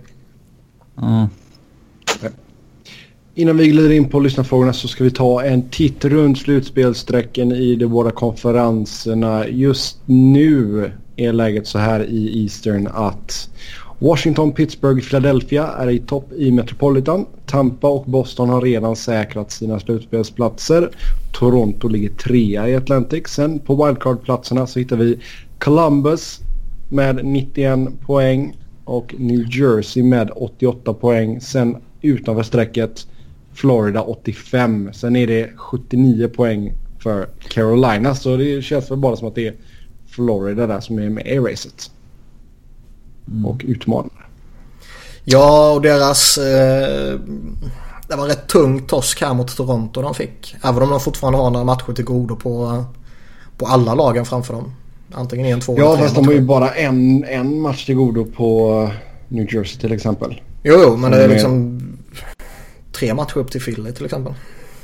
Innan vi glider in på lyssnarfrågorna så ska vi ta en titt runt slutspelsträcken i de båda konferenserna. Just nu är läget så här i Eastern att Washington, Pittsburgh, Philadelphia är i topp i Metropolitan. Tampa och Boston har redan säkrat sina slutspelsplatser. Toronto ligger 3 i Atlantic. Sen på wildcard-platserna så hittar vi Columbus med 91 poäng och New Jersey med 88 poäng. Sen utanför strecket Florida 85. Sen är det 79 poäng för Carolina. Så det känns väl bara som att det är Florida där som är med i racet. Och utmanar. Ja, och deras det var rätt tungt torsk här mot Toronto de fick. Även om de fortfarande har några matcher till godo på alla lagen framför dem. Antingen 1, 2 eller 3. Ja, fast de har ju bara en match till godo på New Jersey till exempel. Jo, men det är liksom 3 matcher upp till Philly till exempel.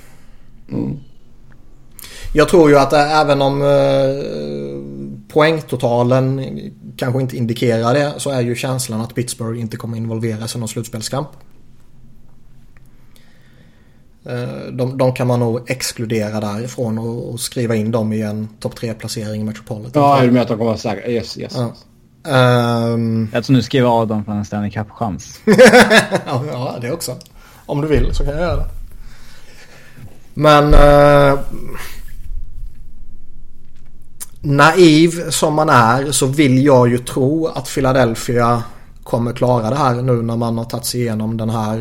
Jag tror ju att även om poängtotalen kanske inte indikerar det, så är ju känslan att Pittsburgh inte kommer involveras i någon slutspelskamp. De kan man nog exkludera därifrån och skriva in dem i en topp 3-placering i Metropolitan. Ja, är du med att de kommer att säga yes. Ja. Jag tror nu skriver av dem från en Stanley Cup-chans. Ja, det också. Om du vill så kan jag göra det. Men naiv som man är så vill jag ju tro att Philadelphia kommer klara det här nu när man har tagit sig igenom den här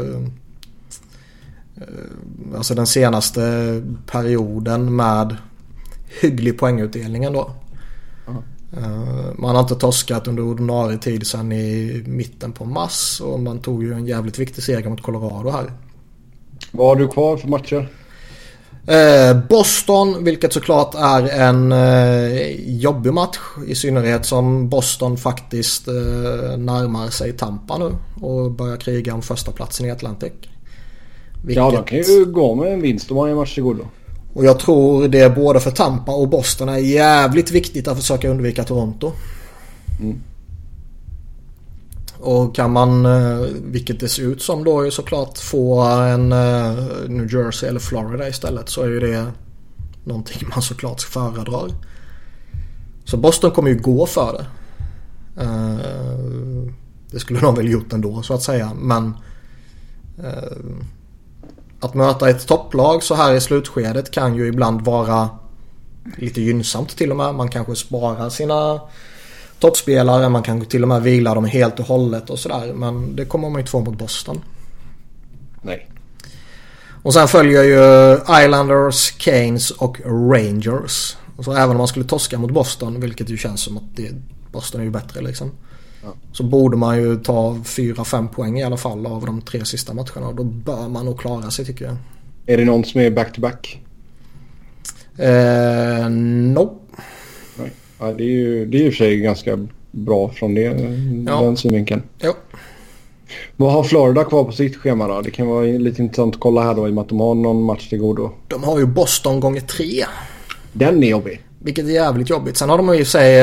alltså den senaste perioden med hygglig poängutdelningen då. Man har inte torskat under ordinarie tid sedan i mitten på mars, och man tog ju en jävligt viktig seger mot Colorado här. Vad har du kvar för matcher? Boston, vilket såklart är en jobbig match, i synnerhet som Boston faktiskt närmar sig Tampa nu och börjar kriga om första platsen i Atlantic. Ja, de kan ju gå med en vinst och ha en match till godo. Och jag tror det både för Tampa och Boston är jävligt viktigt att försöka undvika Toronto. Och kan man, vilket det ser ut som då, såklart få en New Jersey eller Florida istället, så är ju det någonting man såklart föredrar. Så Boston kommer ju gå för det. Det skulle de väl gjort ändå så att säga. Men att möta ett topplag så här i slutskedet kan ju ibland vara lite gynnsamt till och med. Man kanske sparar sina toppspelare, man kan till och med vila dem helt och hållet och sådär. Men det kommer man ju inte få mot Boston. Nej. Och sen följer ju Islanders, Canes och Rangers. Och så även om man skulle torska mot Boston, vilket ju känns som att Boston är ju bättre liksom. Ja. Så borde man ju ta 4-5 poäng i alla fall av de 3 sista matcherna. Och då bör man nog klara sig, tycker jag. Är det någon som är back-to-back? Nope. Nej. Ja, det är ju i och för sig ganska bra från den synvinkeln. Jo. Vad har Florida kvar på sitt schema då? Det kan vara lite intressant att kolla här då i och med att de har någon match till godo. De har ju Boston gånger 3. Den är jobbig. Vilket är jävligt jobbigt. Sen har de ju sig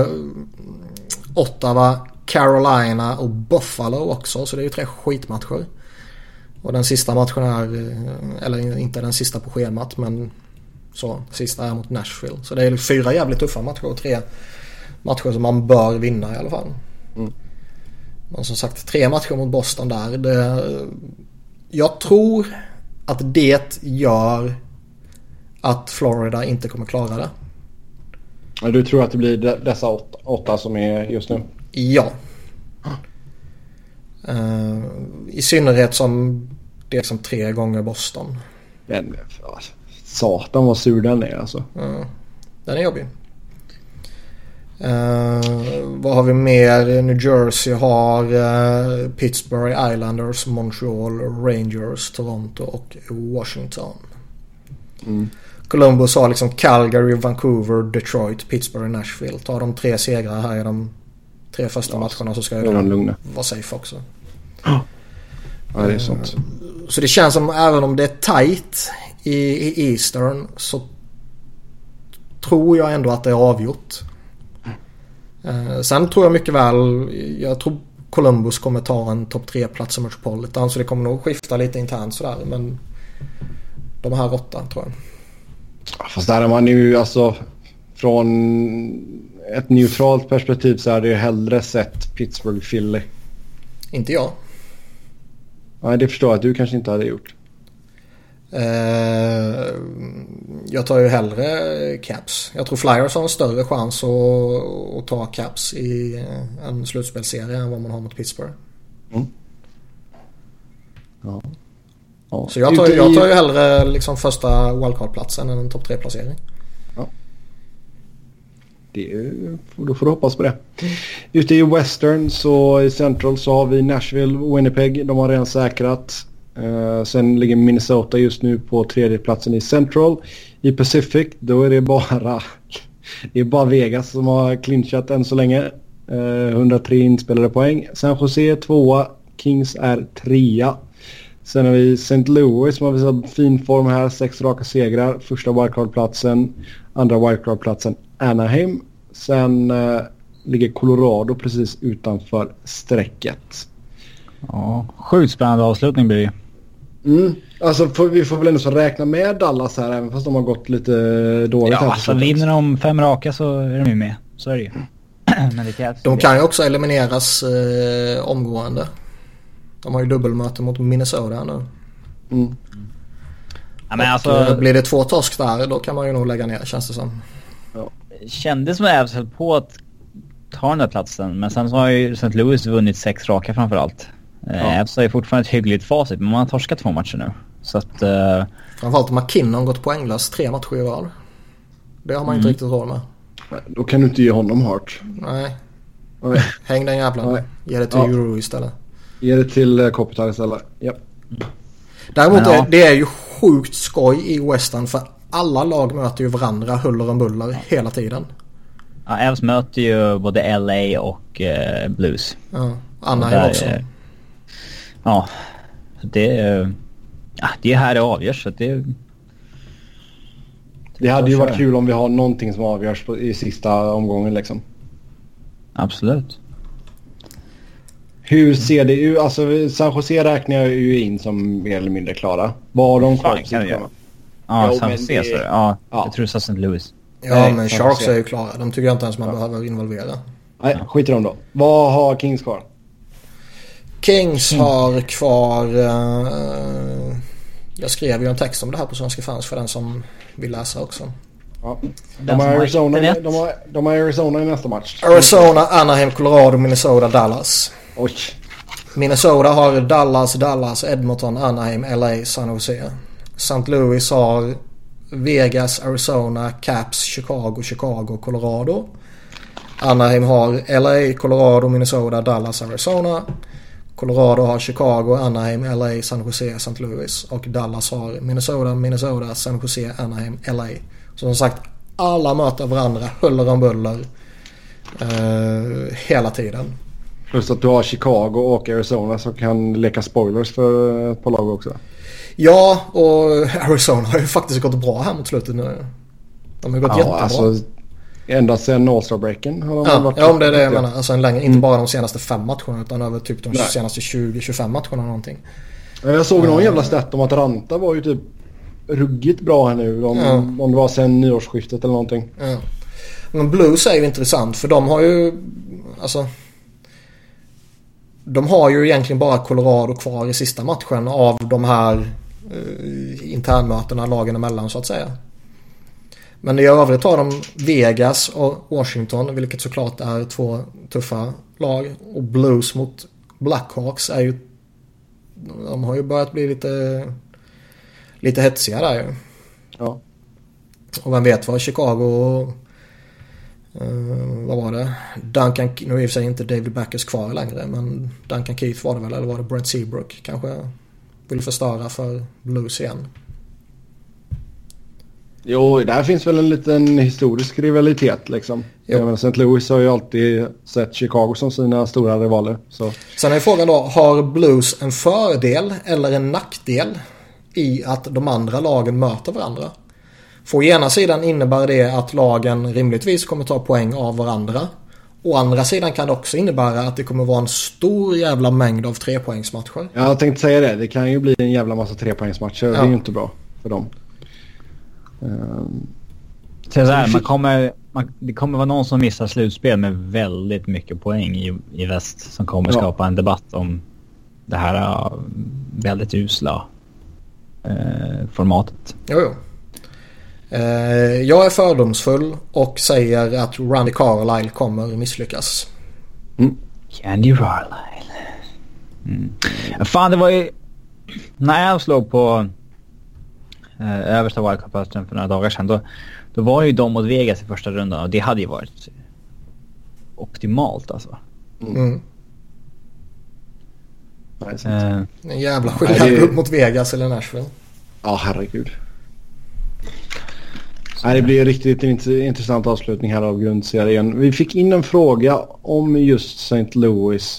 Ottawa, Carolina och Buffalo också. Så det är ju 3 skitmatcher. Och den sista matchen är, eller inte den sista på schemat, men så sista är mot Nashville. Så det är 4 jävligt tuffa matcher och 3 matcher som man bör vinna i alla fall. Mm. Men som sagt 3 matcher mot Boston där. Jag tror att det gör att Florida inte kommer klara det. Du tror att det blir dessa 8 som är just nu? Ja. I synnerhet som det är som 3 gånger Boston. Men satan vad sur den är alltså. Den är jobbig. Vad har vi mer? New Jersey har Pittsburgh Islanders, Montreal Rangers, Toronto och Washington. Columbus har liksom Calgary, Vancouver, Detroit, Pittsburgh, Nashville. Tar de 3 segrar här i de 3 första matcherna så ska de vara safe också. Ja, det är sånt. Så det känns som även om det är tight i Eastern så tror jag ändå att det är avgjort. Sen tror jag mycket väl, jag tror Columbus kommer ta en topp 3-plats i Metropolitan, så det kommer nog skifta lite internt sådär, men de här 8 tror jag. Fast där är man ju alltså från ett neutralt perspektiv så är det ju hellre sett Pittsburgh Philly. Inte jag. Nej, det förstår jag att du kanske inte hade gjort. Jag tar ju hellre Caps. Jag tror Flyers har en större chans att ta Caps i en slutspelserie än vad man har mot Pittsburgh. Ja. Så jag tar ju hellre liksom första wildcard-platsen än en topp 3-placering. Ja. Då får du hoppas på det. Ute i Western så i Central så har vi Nashville, Winnipeg. De har redan säkrat. Sen ligger Minnesota just nu på 3:e platsen i Central. I Pacific då är det bara Vegas som har clinchat än så länge. 103 inspelade poäng. San Jose 2:a, Kings är 3:a. Sen har vi St. Louis som har visat fin form här. 6 raka segrar. Första wildcard-platsen. Andra wildcard-platsen Anaheim. Sen ligger Colorado precis utanför strecket. Ja, sjukt spännande avslutning blir det. Alltså vi får väl ändå så räkna med Dallas här även fast de har gått lite dåligt. Ja, alltså vinner de 5 raka så är de ju med. Så är det ju. Men det krävs. De kan ju också elimineras omgående. De har ju dubbelmöte mot Minnesota nu. Ja, men alltså, blir det 2 torsk där då kan man ju nog lägga ner, känns det som. Ja. Kändes som Avs höll på att ta den där platsen. Men sen så har ju St. Louis vunnit 6 raka framförallt. Avs har ju fortfarande ett hyggligt facit, men man har torskat 2 matcher nu. Så att, framförallt McKinnon gått poänglös 3 matcher i rad. Det har man inte riktigt råd med. Då kan du inte ge honom hårt. Nej. Häng den jävla. Ge det till Euro istället. Ge det till Kopitar istället. Yep. Däremot det är ju sjukt skoj i Western för alla lag möter ju varandra huller om buller hela tiden. Ja, Avs möter ju både LA och Blues. Ja, Anaheim också. Ja, det är här det avgörs. Så det hade ju varit kul om vi har någonting som avgörs i sista omgången liksom. Absolut. Hur ser det ut? Alltså San Jose räknar jag ju in som mer eller mindre klara. Vad har de kvar? Ja, San Jose så. Ja, jag tror så St. Louis. Ja, men Sharks är ju klara. De tycker jag inte ens man behöver involvera. Nej, skit i dem då. Vad har Kings kvar? Kings har kvar... jag skrev ju en text om det här på Svenska Fans för den som vill läsa också. Ja. De har Arizona i nästa match. Arizona, Anaheim, Colorado, Minnesota, Dallas. Oj. Minnesota har Dallas, Edmonton, Anaheim, LA, San Jose. St. Louis har Vegas, Arizona, Caps, Chicago, Colorado. Anaheim har LA, Colorado, Minnesota, Dallas, Arizona. Colorado har Chicago, Anaheim, LA, San Jose, St. Louis. Och Dallas har Minnesota, San Jose, Anaheim, LA. Så som sagt, alla möter varandra, huller om buller. Hela tiden. Plus att du har Chicago och Arizona som kan leka spoilers för ett par lag också. Ja, och Arizona har ju faktiskt gått bra här mot slutet nu. De har gått jättebra. Alltså, ända sedan All-Star-breaken har de varit... Ja, om det är det jag menar. Alltså inte bara de senaste 5 matcherna utan över typ de senaste 20-25 matcherna någonting. Jag såg någon jävla stat om att Ranta var ju typ ruggigt bra här nu. Om det var sen nyårsskiftet eller någonting. Ja. Men Blues är ju intressant för de har ju... Alltså... De har ju egentligen bara Colorado kvar i sista matchen av de här internmötena lagen emellan så att säga. Men i övrigt har de Vegas och Washington, vilket såklart är 2 tuffa lag. Och Blues mot Blackhawks är ju... De har ju börjat bli lite hetsiga där ju. Ja. Och vem vet vad Chicago... vad var det? Duncan, nu är i och för sig inte David Backes kvar längre, men Duncan Keith var det väl, eller var det Brent Seabrook kanske vill förstöra för Blues igen. Jo, där finns väl en liten historisk rivalitet liksom. St. Louis har ju alltid sett Chicago som sina stora rivaler. Så. Sen är frågan då, har Blues en fördel eller en nackdel i att de andra lagen möter varandra? För ena sidan innebär det att lagen rimligtvis kommer ta poäng av varandra. Å andra sidan kan det också innebära att det kommer vara en stor jävla mängd av 3-poängsmatcher. Jag tänkte säga det. Det kan ju bli en jävla massa 3-poängsmatcher. Ja. Det är ju inte bra för dem. Så det kommer vara någon som missar slutspel med väldigt mycket poäng i väst som kommer skapa en debatt om det här väldigt usla formatet. Jo. Jag är fördomsfull och säger att Randy Carlyle kommer misslyckas. Randy Carlyle. Fan, det var ju när jag slog på översta wildcard-posten för några dagar sedan, då var ju de mot Vegas i första rundan och det hade ju varit optimalt alltså. En jävla skillnad upp mot Vegas eller Nashville. Ja, herregud. Det blir riktigt intressant avslutning här av grundserien. Vi fick in en fråga om just St. Louis.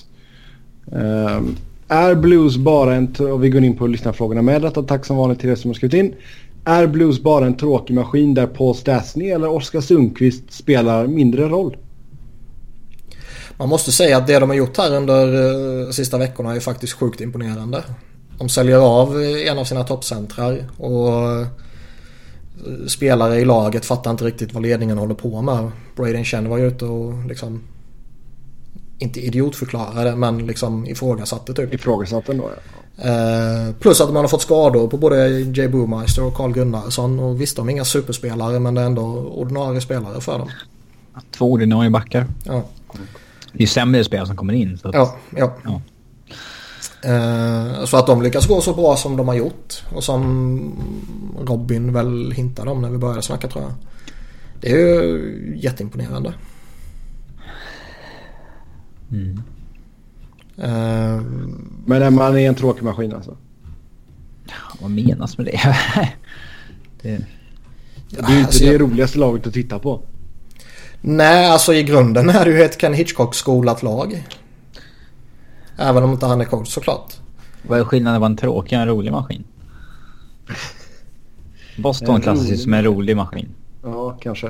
Är Blues bara och vi går in på lyssnarfrågorna med detta. Tack som vanligt till er som har skrivit in. Är Blues bara en tråkig maskin där Paul Stastny eller Oskar Sundqvist spelar mindre roll? Man måste säga att det de har gjort här under sista veckorna är faktiskt sjukt imponerande. De säljer av en av sina toppcentrar och spelare i laget fattar inte riktigt vad ledningen håller på med. Braden Chen var ju ute och liksom inte idiotförklarade men liksom ifrågasatte typ. Ifrågasatte då, ja. Plus att man har fått skador på både Jay Boomeister och Carl Gunnarsson och visst de är inga superspelare men det är ändå ordinarie spelare för dem. 2 ordinarie backar. Ja. Det är sämre spelare som kommer in. Så att, ja. Så att de lyckas gå så bra som de har gjort och som Robin väl hintade om när vi började snacka tror jag. Det är ju jätteimponerande. Men är man en tråkig maskin alltså? Vad menas med det? Det är ju inte det roligaste laget att titta på. Nej, alltså i grunden är det ju ett Ken Hitchcock-skolat lag. Även om inte han är coach såklart. Vad är skillnaden mellan en tråkig och en rolig maskin? Boston klassas ju som en rolig maskin. Ja, kanske.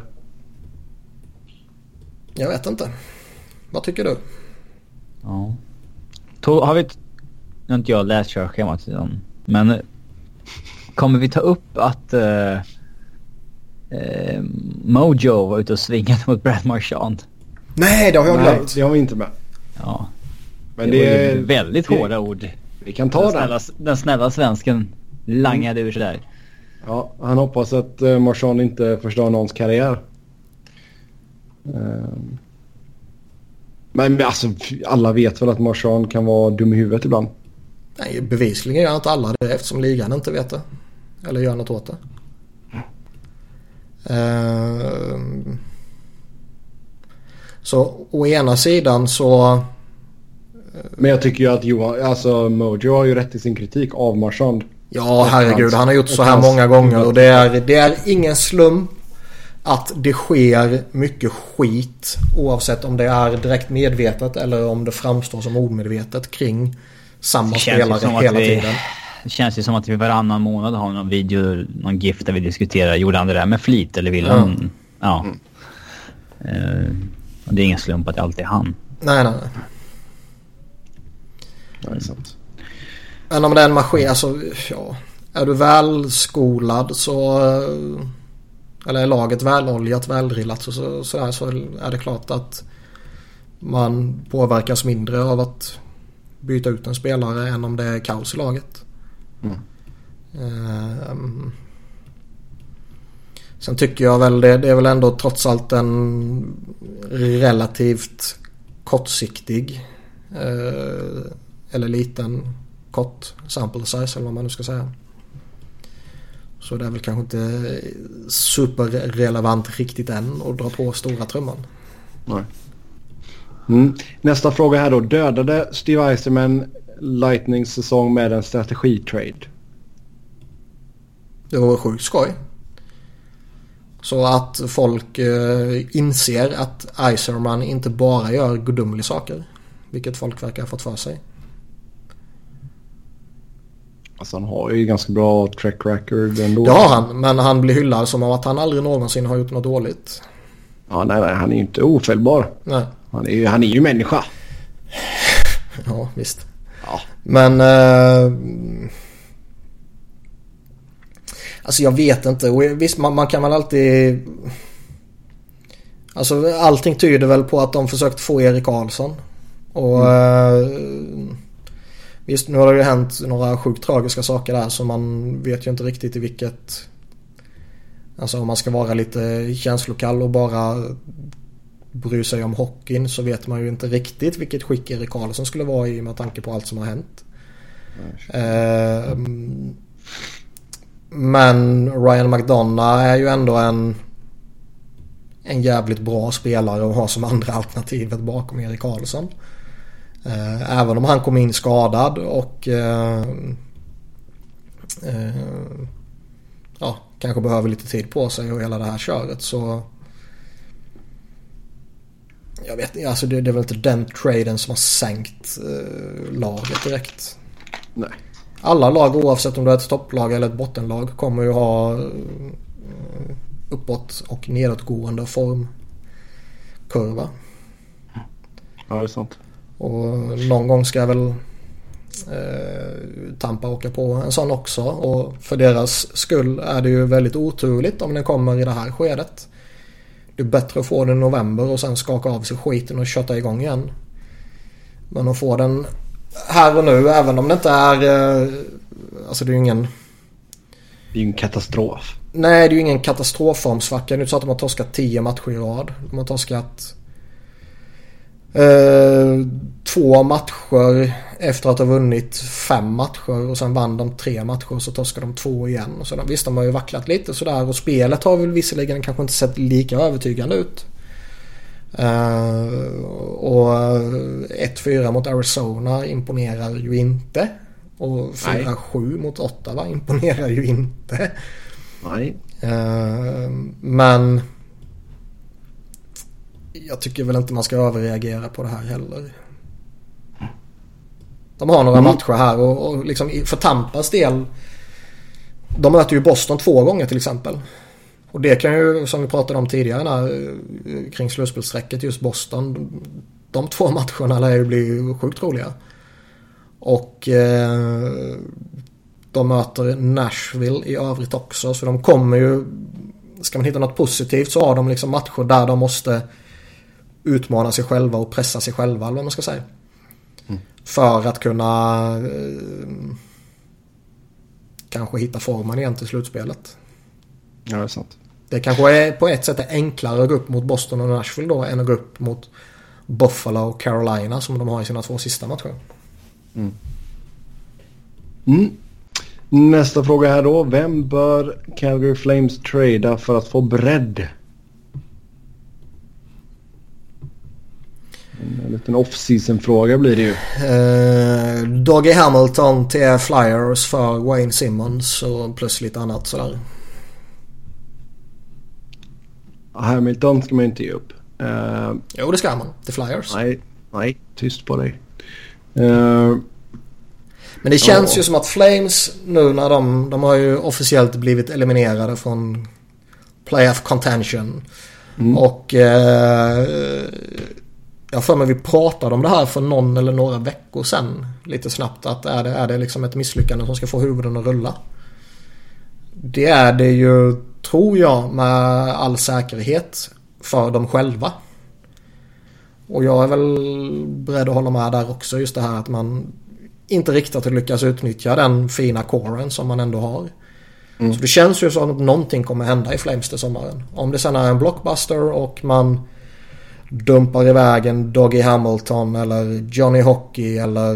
Jag vet inte. Vad tycker du? Ja. Har vi... Nu har inte jag läst körschemat sedan. Men kommer vi ta upp att Mojo var ute och svingade mot Brad Marchand? Nej, det har jag glömt. Det har vi inte med. Ja. Men det är väldigt hårda ord. Vi kan ta den snälla svensken langade ur sig där. Ja, han hoppas att Marchand inte förstör någons karriär. Men alltså, alla vet väl att Marchand kan vara dum i huvudet ibland. Nej, bevisligen gör inte alla det eftersom ligan inte vet det. Eller gör något åt det. Så å ena sidan så Men jag tycker ju att Mojo har ju rätt i sin kritik av Marchand. Ja, herregud. Han har gjort så här många gånger. Och det är ingen slump att det sker mycket skit. Oavsett om det är direkt medvetet eller om det framstår som omedvetet kring samma spelare hela tiden. Det känns ju som att vi varannan månad har någon video, någon gift där vi diskuterar. Gjorde han det där med flit eller vill han? Ja. Och det är ingen slump att det alltid är han. Nej. Det är sant. Men om det är en maskin, alltså, ja. Är du välskolad så... Eller är laget väloljat, väldrillat så är det klart att man påverkas mindre av att byta ut en spelare än om det är kaos i laget. Sen tycker jag väl det är väl ändå trots allt en relativt kortsiktig eller liten kort sample size eller vad man nu ska säga. Så det är väl kanske inte superrelevant riktigt än att dra på stora trumman. Nej. Nästa fråga här då. Dödade Steve Yzerman Lightnings säsong med en strategitrade? Det var sjukt skoj. Så att folk inser att Yzerman inte bara gör gudomliga saker. Vilket folk verkar ha fått för sig. Alltså han har ju ganska bra track record ändå. Det har han, men han blir hyllad som att han aldrig någonsin har gjort något dåligt. Ja, nej, han är ju inte ofelbar. Nej. Han är ju människa. Ja, visst. Ja. Men alltså jag vet inte. Och visst, man kan väl alltid... Alltså allting tyder väl på att de försökt få Erik Karlsson. Och visst, nu har det ju hänt några sjukt tragiska saker där, så man vet ju inte riktigt i vilket... Alltså om man ska vara lite känslokall och bara bry sig om hockeyn, så vet man ju inte riktigt vilket skick Erik Karlsson skulle vara i med tanke på allt som har hänt. Men Ryan McDonough är ju ändå en jävligt bra spelare att ha som andra alternativet bakom Erik Karlsson. Även om han kom in skadad och kanske behöver lite tid på sig och hela det här köret, så jag vet inte, alltså det är väl inte den traden som har sänkt laget direkt. Nej. Alla lag, oavsett om det är ett topplag eller ett bottenlag, kommer ju ha uppåt och nedåtgående formkurva. Ja, det är sant. Och någon gång ska väl Tampa åka på en sån också, och för deras skull är det ju väldigt oturligt om den kommer i det här skedet. Det är bättre att få den i november och sen skaka av sig skiten och kötta igång igen. Men att få den här och nu, även om det inte är alltså det är ju ingen... Det är ju en katastrof. Nej, det är ju ingen katastrofformsvacka. Nu så att de har torskat 10 matcher i rad. De har torskat 2 matcher efter att ha vunnit 5 matcher, och sen vann de 3 matcher och så torskade de 2 igen. Och så visst, de har ju vacklat lite sådär, och spelet har väl visserligen kanske inte sett lika övertygande ut. Och 1-4 mot Arizona imponerar ju inte, och 4-7 mot Ottawa imponerar ju inte. Nej. Men jag tycker väl inte man ska överreagera på det här heller. De har några matcher här och liksom för Tampas del, de möter ju Boston 2 gånger till exempel. Och det kan ju, som vi pratade om tidigare när, kring slutspelssträcket, just Boston, de 2 matcherna lär ju bli sjukt roliga. Och de möter Nashville i övrigt också, så de kommer ju, ska man hitta något positivt så har de liksom matcher där de måste utmana sig själva och pressa sig själva, eller vad man ska säga. För att kunna kanske hitta formen igen till slutspelet. Ja, det är sant. Det kanske är på ett sätt enklare att gå upp mot Boston och Nashville då än att gå upp mot Buffalo och Carolina som de har i sina 2 sista matcher. Nästa fråga här då. Vem bör Calgary Flames trada för att få bredd? En off-season-fråga blir det ju. Dougie Hamilton till Flyers för Wayne Simmons och plus lite annat sådär. Hamilton ska man inte ge upp. Jo, det ska man. Till Flyers. Nej, tyst på dig. Men det känns ju som att Flames nu när de har ju officiellt blivit eliminerade från playoff contention. Och jag för mig vi pratade om det här för någon eller några veckor sedan lite snabbt, att är det liksom ett misslyckande som ska få huvuden att rulla. Det är det ju, tror jag, med all säkerhet för dem själva. Och jag är väl beredd att hålla med där också, just det här att man inte riktigt lyckas utnyttja den fina coren som man ändå har. Så det känns ju som att någonting kommer hända i Flames till sommaren. Om det sen är en blockbuster och man dumpar iväg en Dougie Hamilton eller Johnny Hockey eller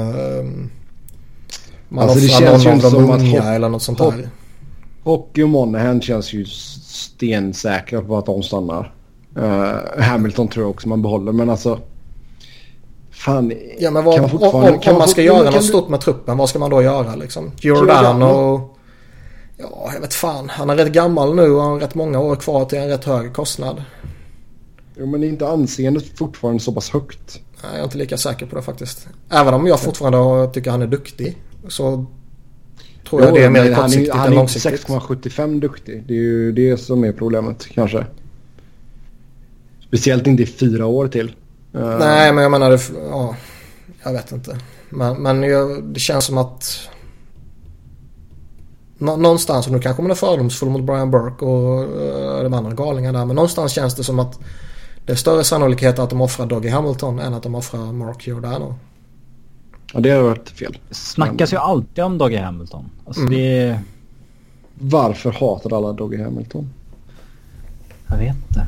man offrar någon av de unga eller något sånt där. Hockey och Monahan känns ju stensäkra på att de stannar. Hamilton tror jag också man behåller, men alltså fan, ja, men om man ska göra något stort med truppen, vad ska man då göra liksom? Giordano, ja, jag vet fan, han är rätt gammal nu och har rätt många år kvar till en rätt hög kostnad. Jo, men inte anseendet fortfarande så pass högt. Nej, jag är inte lika säker på det faktiskt. Även om jag fortfarande tycker han är duktig, så tror jag det är mer kortsiktigt än långsiktigt. Han är 6,75 duktig. Det är ju det som är problemet kanske. Speciellt inte i 4 år till. Nej, men jag menar ja, jag vet inte. Men det känns som att någonstans, och nu kanske man är fördomsfull mot Brian Burke och de andra galningarna där, men någonstans känns det som att det är större sannolikhet att de offrar Dougie Hamilton än att de offrar Mark Giordano. Ja, det har varit fel. Det snackas ju alltid om Dougie Hamilton. Alltså det... Varför hatar alla Dougie Hamilton? Jag vet inte.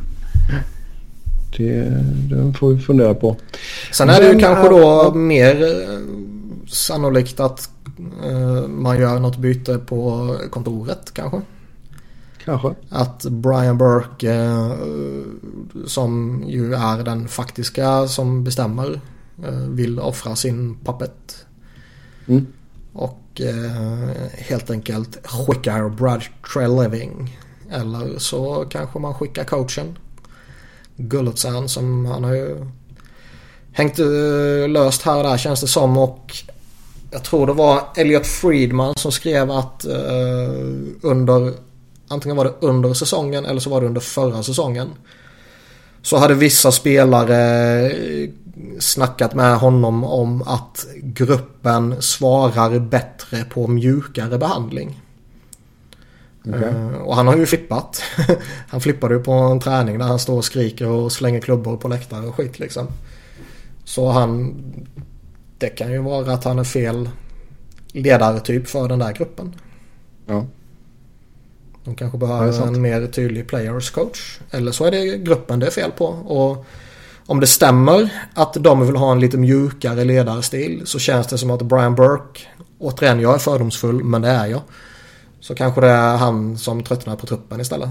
Det får vi fundera på. Sen är det ju kanske då mer sannolikt att man gör något byte på kontoret kanske. Att Brian Burke som ju är den faktiska som bestämmer vill offra sin puppet och helt enkelt skickar Brad Treliving, eller så kanske man skickar coachen Gullutzan, som han har ju hängt löst här och där känns det som, och jag tror det var Elliot Friedman som skrev att antingen var det under säsongen eller så var det under förra säsongen, så hade vissa spelare snackat med honom om att gruppen svarar bättre på mjukare behandling. Och han har ju flippat. Han flippade ju på en träning där han står och skriker och slänger klubbor på läktare och skit liksom. Så det kan ju vara att han är fel ledare typ för den där gruppen. Ja. De kanske behöver en mer tydlig players coach. Eller så är det gruppen det är fel på. Och om det stämmer att de vill ha en lite mjukare ledarstil, så känns det som att Brian Burke, återigen jag är fördomsfull men det är jag, så kanske det är han som tröttnar på truppen istället.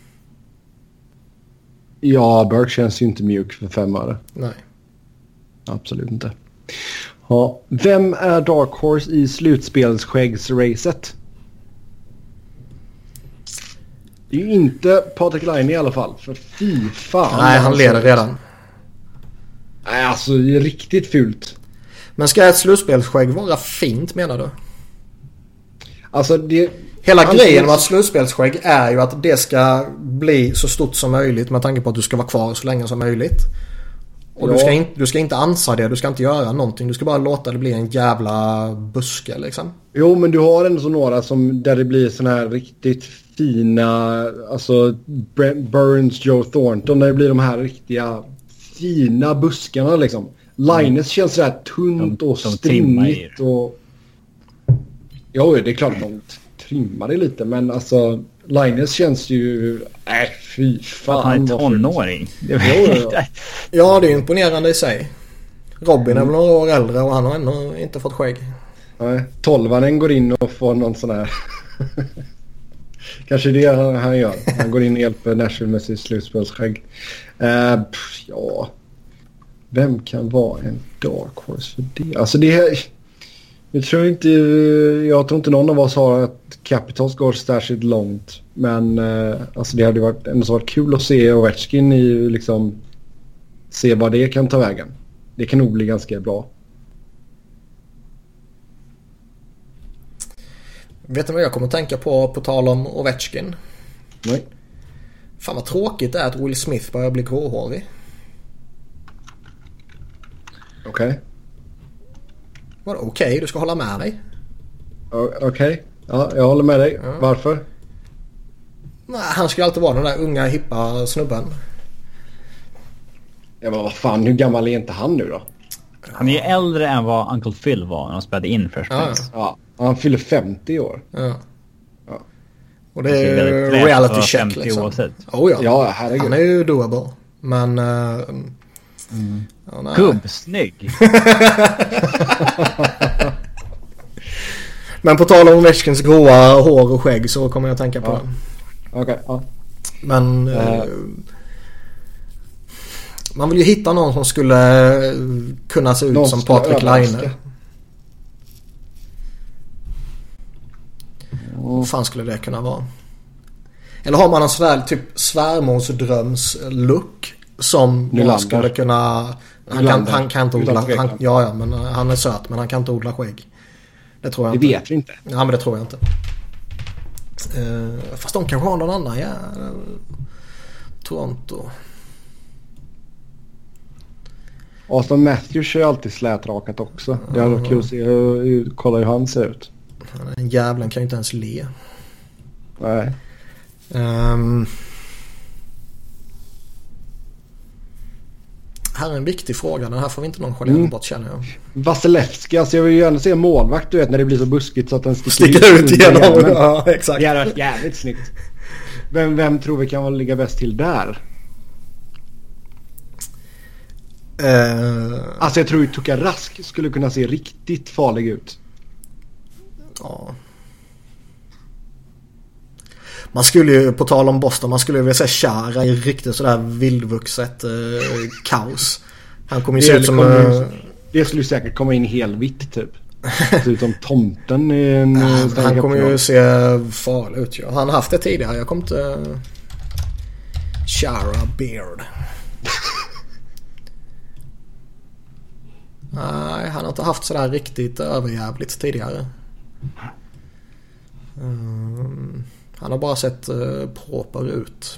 Ja, Burke känns ju inte mjuk för 5 år. Nej. Absolut inte. Ja, vem är Dark Horse i slutspelsskäggsracet? Det är ju inte Patrik Laine i alla fall. För fy fan. Nej, han leder redan. Nej, alltså det är riktigt fult. Men ska ett slutspelsskägg vara fint, menar du? Alltså det... Hela grejen med att slutspelsskägg är ju att det ska bli så stort som möjligt med tanke på att du ska vara kvar så länge som möjligt. Och du ska inte ansa det, du ska inte göra någonting. Du ska bara låta det bli en jävla buske liksom. Jo, men du har ändå så några som där det blir såna här riktigt fina, alltså Burns, Joe Thornton, där det blir de här riktiga fina buskarna liksom. Linus känns så här tunt och stringigt och... Jo, det är klart de trimmar det lite, men alltså Linus känns ju... fy fan. Han är tonåring. Ja, det är imponerande i sig. Robin är väl några år äldre och han har ännu inte fått skägg. Nej, 12-åringen går in och får någon sån här... Kanske det han gör. Han går in och hjälper Nashville med sitt slutspelsskägg. Ja... Vem kan vara en dark horse för det? Alltså det här... Jag tror inte någon av oss har att Capitals går särskilt långt. Men alltså det hade varit kul att se Ovechkin i liksom... Se vad det kan ta vägen. Det kan nog bli ganska bra. Vet du vad jag kommer att tänka på tal om Ovechkin? Nej. Fan vad tråkigt det är att Will Smith börjar bli gråhårig. Okej. Vadå okej? Du ska hålla med dig? Okej. Ja, jag håller med dig. Ja. Varför? Nej, han ska ju alltid vara den där unga hippa snubben. Ja, men vad fan, hur gammal är inte han nu då? Han är ju äldre än vad Uncle Phil var när de spelade in först. Ja, han fyller 50 år. Ja. Och det är reality check liksom. Oh, ja. Ja, herregud. Han är ju doable. Men... Gubbsnygg. Men på tal om Ovechkins gråa hår och skägg så kommer jag att tänka på det. Okej, ja. Men... man vill ju hitta någon som skulle kunna se ut som Patrik Laine. Vad fan skulle det kunna vara? Eller har man en sån typ svärmorsdröms look som man skulle kunna... Han kan inte odla... men han är söt men han kan inte odla skägg. Det tror jag inte. Det vet vi inte. Ja, men det tror jag inte. Fast de kanske har någon annan. Ja. Toronto. Austin Matthews kör alltid slätrakat också. Det är kul att se kolla hur han ser ut. Den jävlen kan ju inte ens le. Nej. Här är en viktig fråga. Den här får vi inte nonchalera bort, känner jag. Vasilevski, alltså jag vill ju gärna se en målvakt, du vet, när det blir så buskigt så att den sticker ut igenom. Ja, exakt. Det hade varit jävligt snyggt. Vem tror vi kan ligga bäst till där? Alltså jag tror ju Tuukka Rask skulle kunna se riktigt farlig ut. Ja. Man skulle ju, på tal om Boston, man skulle ju vilja säga Chara i riktigt sådär vildvuxet kaos. Han kommer ju se ut som... Det skulle ju säkert komma in helvitt typ. Utom tomten i en... han kommer ju se farlig ut. Ja. Han har haft det tidigare. Jag kommer inte... Chara Beard. Nej, han har inte haft sådär riktigt överjävligt tidigare. Han har bara sett proper ut.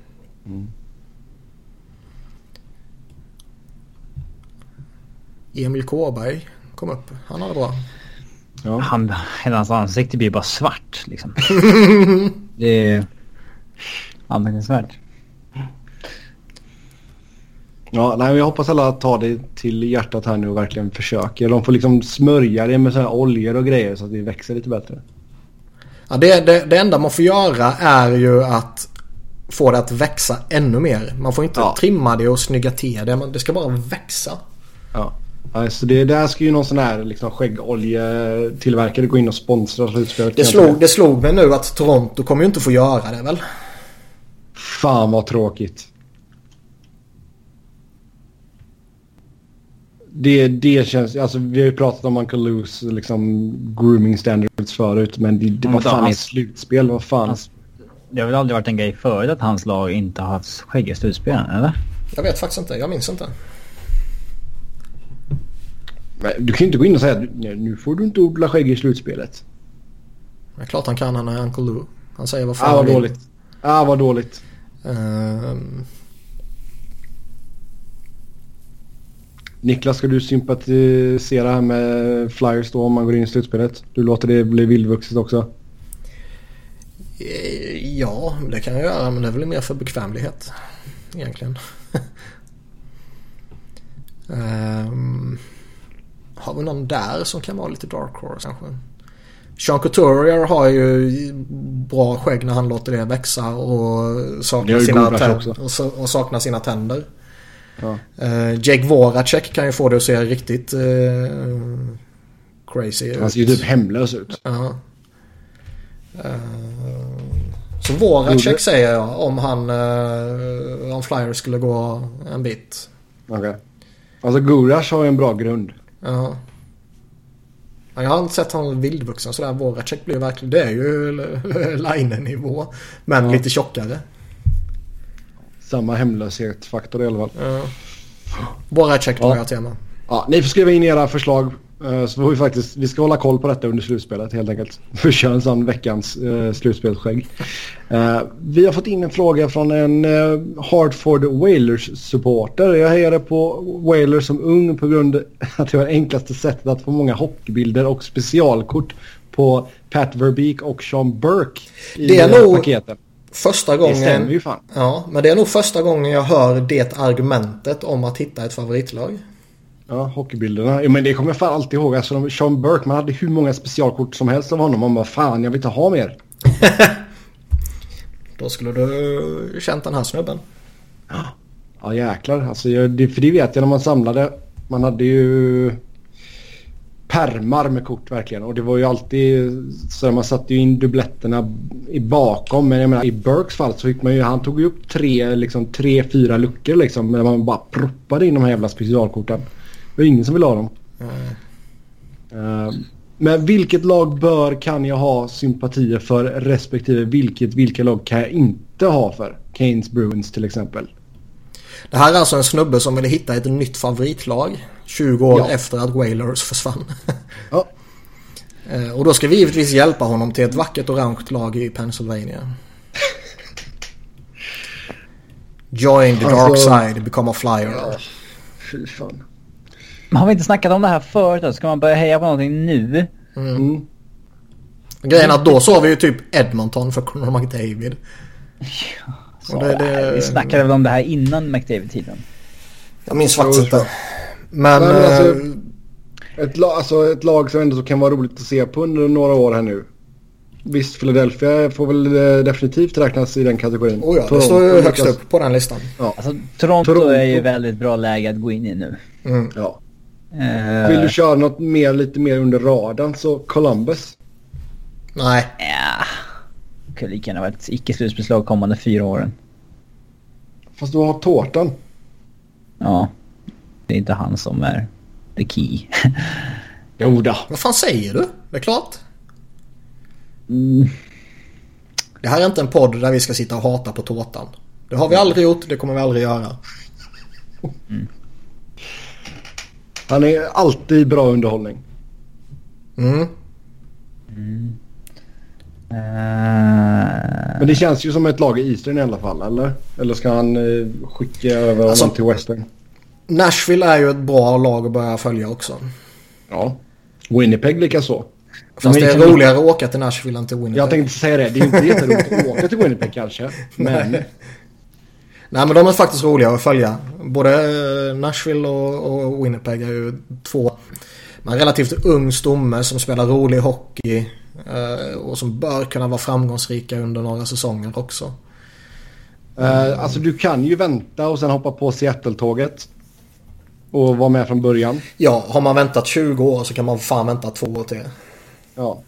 Emil Kåberg kom upp. Han hade bra. Ja. Hela hans ansikte blir bara svart liksom. Det är anmärkningsvärt. Ja, nej, jag hoppas alla tar det till hjärtat här nu och verkligen försöker. De får liksom smörja det med såna här oljor och grejer så att det växer lite bättre. Ja, det enda man får göra är ju att få det att växa ännu mer. Man får inte trimma det och snygga till det. Det ska bara växa. Ja, alltså det där ska ju någon sån här liksom skäggoljtillverkare gå in och sponsra slutspelet. Det slog mig nu att Toronto kommer ju inte få göra det väl? Fan vad tråkigt. Det känns, alltså vi har ju pratat om man kan lose liksom grooming standards förut, men det var fan ett slutspel, vad fan. Det har väl aldrig varit en grej förut att hans lag inte har haft skägg i slutspelen, eller? Jag vet faktiskt inte, jag minns inte. Men du kan ju inte gå in och säga att nu får du inte odla skägg i slutspelet. Det är klart han kan, han är Uncle Lou. Han säger vad fan. Vad dåligt. Vad dåligt. Niklas, ska du sympatisera här med Flyers då om man går in i slutspelet? Du låter det bli vildvuxet också. Ja, det kan jag göra, men det är väl mer för bekvämlighet egentligen. Har vi någon där som kan vara lite dark horse kanske? Sean Couturier har ju bra skägg när han låter det växa och saknar sina tänder. Ja. Jake Voracek kan ju få det att se riktigt crazy ut. Han ser ju typ hemlös ut. Så Voracek säger jag om Flyers skulle gå en bit. Okay. Alltså Gurash har ju en bra grund. Ja. Jag har inte sett honom vildvuxen sådär. Voracek blir verkligen... Det är ju Laine-nivå. Men lite tjockare. Samma hemlöshetsfaktor i alla fall. Ja. Voracek drar jag till mig. Ja, ni får skriva in era förslag. Så får vi ska hålla koll på detta under slutspelet helt enkelt. För att köra en sån veckans slutspelsskägg. Vi har fått in en fråga från en Hartford Whalers-supporter. Jag hejade på Whalers som ung på grund av att det var det enklaste sättet att få många hockeybilder och specialkort på Pat Verbeek och Sean Burke i det är nog paketen. Första gången, det stämmer ju fan. Ja, men det är nog första gången jag hör det argumentet om att hitta ett favoritlag. Ja, hockeybilderna. Ja, men det kommer jag fan alltid ihåg. Alltså, Sean Burke, man hade hur många specialkort som helst av honom. Man bara, fan, jag vill inte ha mer. Då skulle du känt den här snubben. Ja, jäklar. Alltså, för det vet jag när man samlade. Man hade ju pärmar med kort verkligen. Och det var ju alltid så man satte ju in dubbletterna i bakom. Men jag menar, i Burkes fall så fick man ju, han tog ju upp 3-4 luckor liksom. Men man bara proppade in de här jävla specialkorten. Det var ingen som ville ha dem. Men vilket lag kan jag ha sympatier för respektive vilka lag kan jag inte ha för? Canes Bruins till exempel. Det här är alltså en snubbe som ville hitta ett nytt favoritlag 20 år efter att Whalers försvann. Ja. Och då ska vi givetvis hjälpa honom till ett vackert orange lag i Pennsylvania. Join the dark side, become a flyer. Ja, fy fan. Har vi inte snackat om det här förut då? Ska man börja heja på någonting nu? Grejen är att då såg vi ju typ Edmonton för Connor McDavid. Och vi snackade väl om det här innan McDavid-tiden. Jag minns faktiskt inte. Men alltså, ett lag som ändå så kan vara roligt att se på under några år här nu. Visst, Philadelphia får väl definitivt räknas i den kategorin. Oh ja, det står ju högst upp på den listan. Ja. Alltså, Toronto är ju väldigt bra läge att gå in i nu. Ja. Vill du köra något lite mer under radarn så Columbus? Nej. Ja. Kunde lika gärna vara ett icke-slutspelslag kommande 4 åren. Fast du har tårtan. Ja. Det är inte han som är the key. Joda. Vad fan säger du? Det är klart. Det här är inte en podd där vi ska sitta och hata på tårtan. Det har vi aldrig gjort, det kommer vi aldrig göra. Han är alltid bra underhållning. Men det känns ju som ett lag i Eastern i alla fall, eller? Eller ska han skicka över honom till Western? Nashville är ju ett bra lag att börja följa också. Ja. Winnipeg lika så. Fast det är roligare att åka till Nashville än till Winnipeg. Jag tänkte säga det. Det är inte jätteroligt att åka till Winnipeg kanske. Men... Nej, men de är faktiskt roliga att följa. Både Nashville och Winnipeg är ju två relativt ung stomme som spelar rolig hockey och som bör kunna vara framgångsrika under några säsonger också. Alltså du kan ju vänta och sen hoppa på Seattle-tåget och vara med från början. Ja, har man väntat 20 år så kan man fan vänta 2 år till. Ja.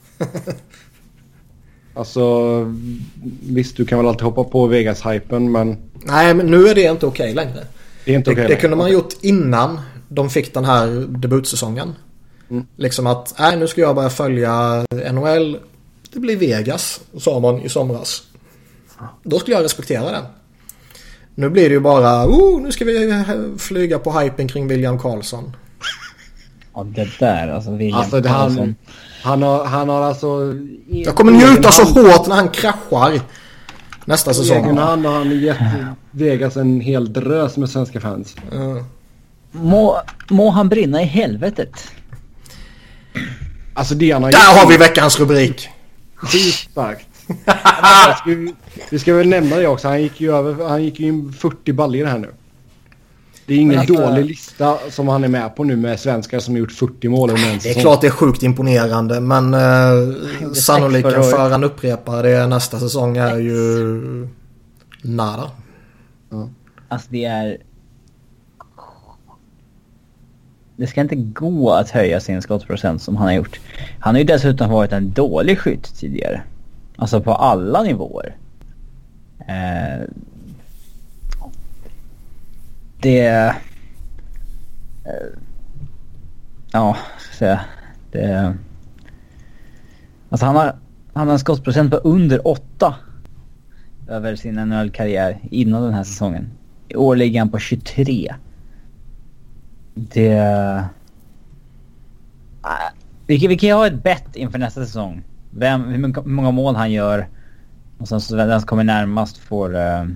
Alltså visst, du kan väl alltid hoppa på Vegas-hypen, men... Nej, men nu är det inte okej längre. Det är inte okej. Det kunde man gjort innan de fick den här debutsäsongen. Liksom att, nu ska jag börja följa NHL. Det blir Vegas, sa man i somras. Då skulle jag respektera det. Nu blir det ju bara, nu ska vi flyga på hypen kring William Karlsson. Ja, det där, alltså William Karlsson. Han har alltså... Jag kommer njuta så hårt när han kraschar nästa säsong. Han har gett Vegas en hel drös med svenska fans. Må han brinna i helvetet. Alltså det han har... Där har vi veckans rubrik. Skitstarkt. Vi ska väl nämna det också. Han gick ju in 40 baller här nu. Det är ingen dålig lista som han är med på nu med svenskar som har gjort 40 mål under en säsong. Det är klart det är sjukt imponerande, men sannolikt för han upprepar det nästa säsong är ju nada. Ja. Alltså det ska inte gå att höja sin skottprocent som han har gjort. Han har ju dessutom varit en dålig skytt tidigare. Alltså på alla nivåer. Ja, så det... Alltså han har en skottprocent på under 8 över sin NHL-karriär innan den här säsongen. I år ligger han på 23. Vi kan ha ett bett inför nästa säsong. Hur många mål han gör. Och sen så den som kommer närmast får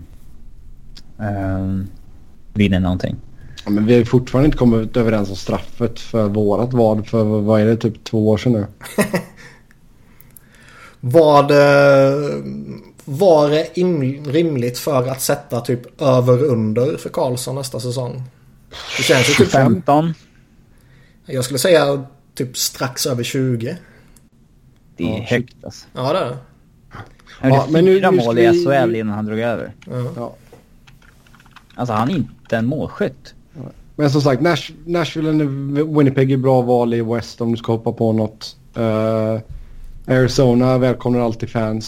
vinna någonting. Ja, men vi har ju fortfarande inte kommit överens om straffet för vårat vad. För vad är det, typ 2 år sedan nu? Var det rimligt för att sätta typ över under för Karlsson nästa säsong? Det känns ju typ 15. Jag skulle säga typ strax över 20. Det är högt alltså. Ja, det är det. Ja, men nu mål i SHL innan han drog över. Ja. Alltså han är inte en målskytt. Men som sagt, Nashville och Winnipeg är bra val i West om du ska hoppa på något. Arizona välkomnar alltid fans.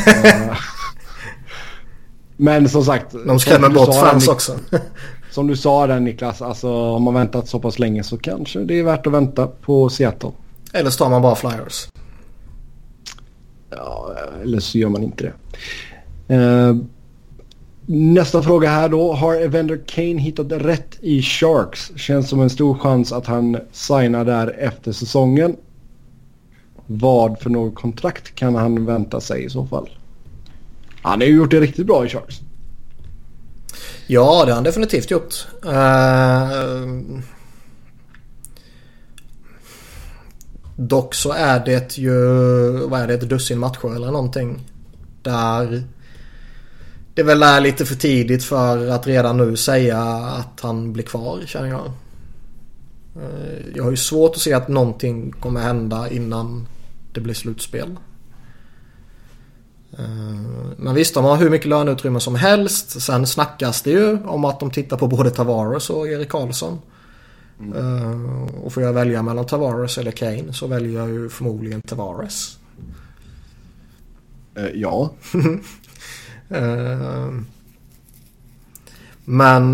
Men som sagt, de skrämmer bort fans också. Som du sa där, Niklas, alltså om man väntat så pass länge så kanske det är värt att vänta på Seattle. Eller så tar man bara Flyers. Ja, eller så gör man inte det. Nästa fråga här då. Har Evander Kane hittat rätt i Sharks? Känns som en stor chans att han signar där efter säsongen. Vad för något kontrakt kan han vänta sig i så fall? Han har ju gjort det riktigt bra i Sharks. Ja, det har han definitivt gjort. Dock så är det ju, vad är det, ett dussin matcher eller någonting. Där det väl är lite för tidigt för att redan nu säga att han blir kvar, känner jag. Jag har ju svårt att se att någonting kommer hända innan det blir slutspel. Men visst, de har hur mycket löneutrymme som helst. Sen snackas det ju om att de tittar på både Tavares och Erik Karlsson. Och får jag välja mellan Tavares eller Kane så väljer jag ju förmodligen Tavares. Ja. Men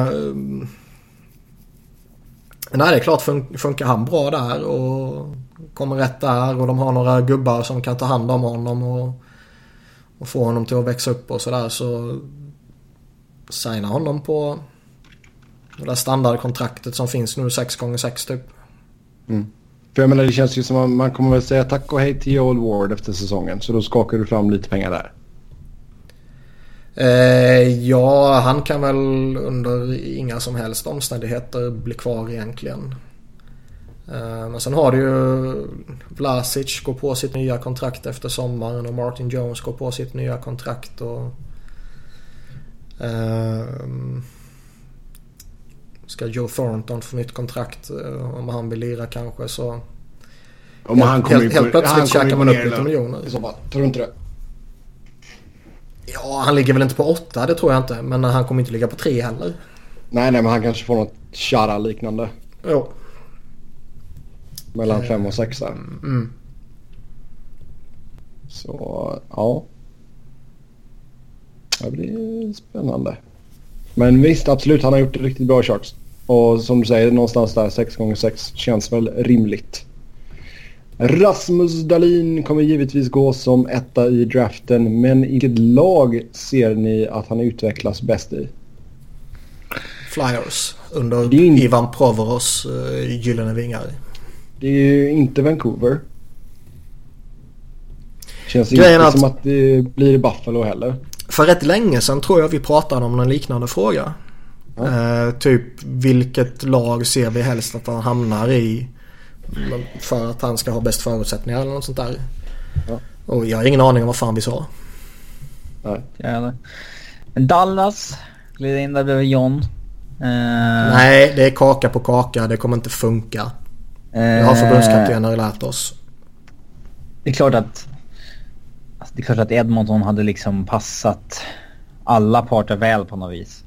nej, det är klart funkar han bra där och kommer rätt där och de har några gubbar som kan ta hand om honom och få honom till att växa upp och sådär, så signa honom på det där standardkontraktet som finns nu 6x6 typ. För jag menar, det känns ju som att man kommer väl säga tack och hej till Joel Ward efter säsongen, så då skakar du fram lite pengar där. Ja, han kan väl under inga som helst omständigheter bli kvar egentligen. Men sen har du ju Vlasic går på sitt nya kontrakt efter sommaren och Martin Jones går på sitt nya kontrakt och ska Joe Thornton få nytt kontrakt om han vill lira kanske, så om han kommer helt plötsligt käkar man upp lite miljoner. I så fall, tror du inte det? Ja, han ligger väl inte på 8, det tror jag inte, men han kommer inte ligga på 3 heller. Nej, men han kanske får något Chara liknande. Jo. Mellan 5 och 6 där. Så, ja. Det blir spännande. Men visst, absolut, han har gjort det riktigt bra i Sharks. Och som du säger, någonstans där 6x6 känns väl rimligt. Rasmus Dahlin kommer givetvis gå som etta i draften, men i vilket lag ser ni att han utvecklas bäst i? Flyers under Ivan Provoros gyllene vingar. Det är ju inte Vancouver. Känns inte som att det blir Buffalo heller. För rätt länge sedan tror jag vi pratade om en liknande fråga. Typ vilket lag ser vi helst att han hamnar i för att han ska ha bäst förutsättningar eller något sånt där. Ja. Och jag har ingen aning om vad fan vi sa. Nej. Dallas glider in där bredvid John. Nej, det är kaka på kaka. Det kommer inte funka. Det har förbundskaptener lärt oss. Det är klart att Edmonton hade liksom passat alla parter väl på något vis.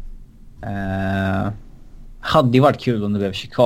Hade ju varit kul om det blev Chicago.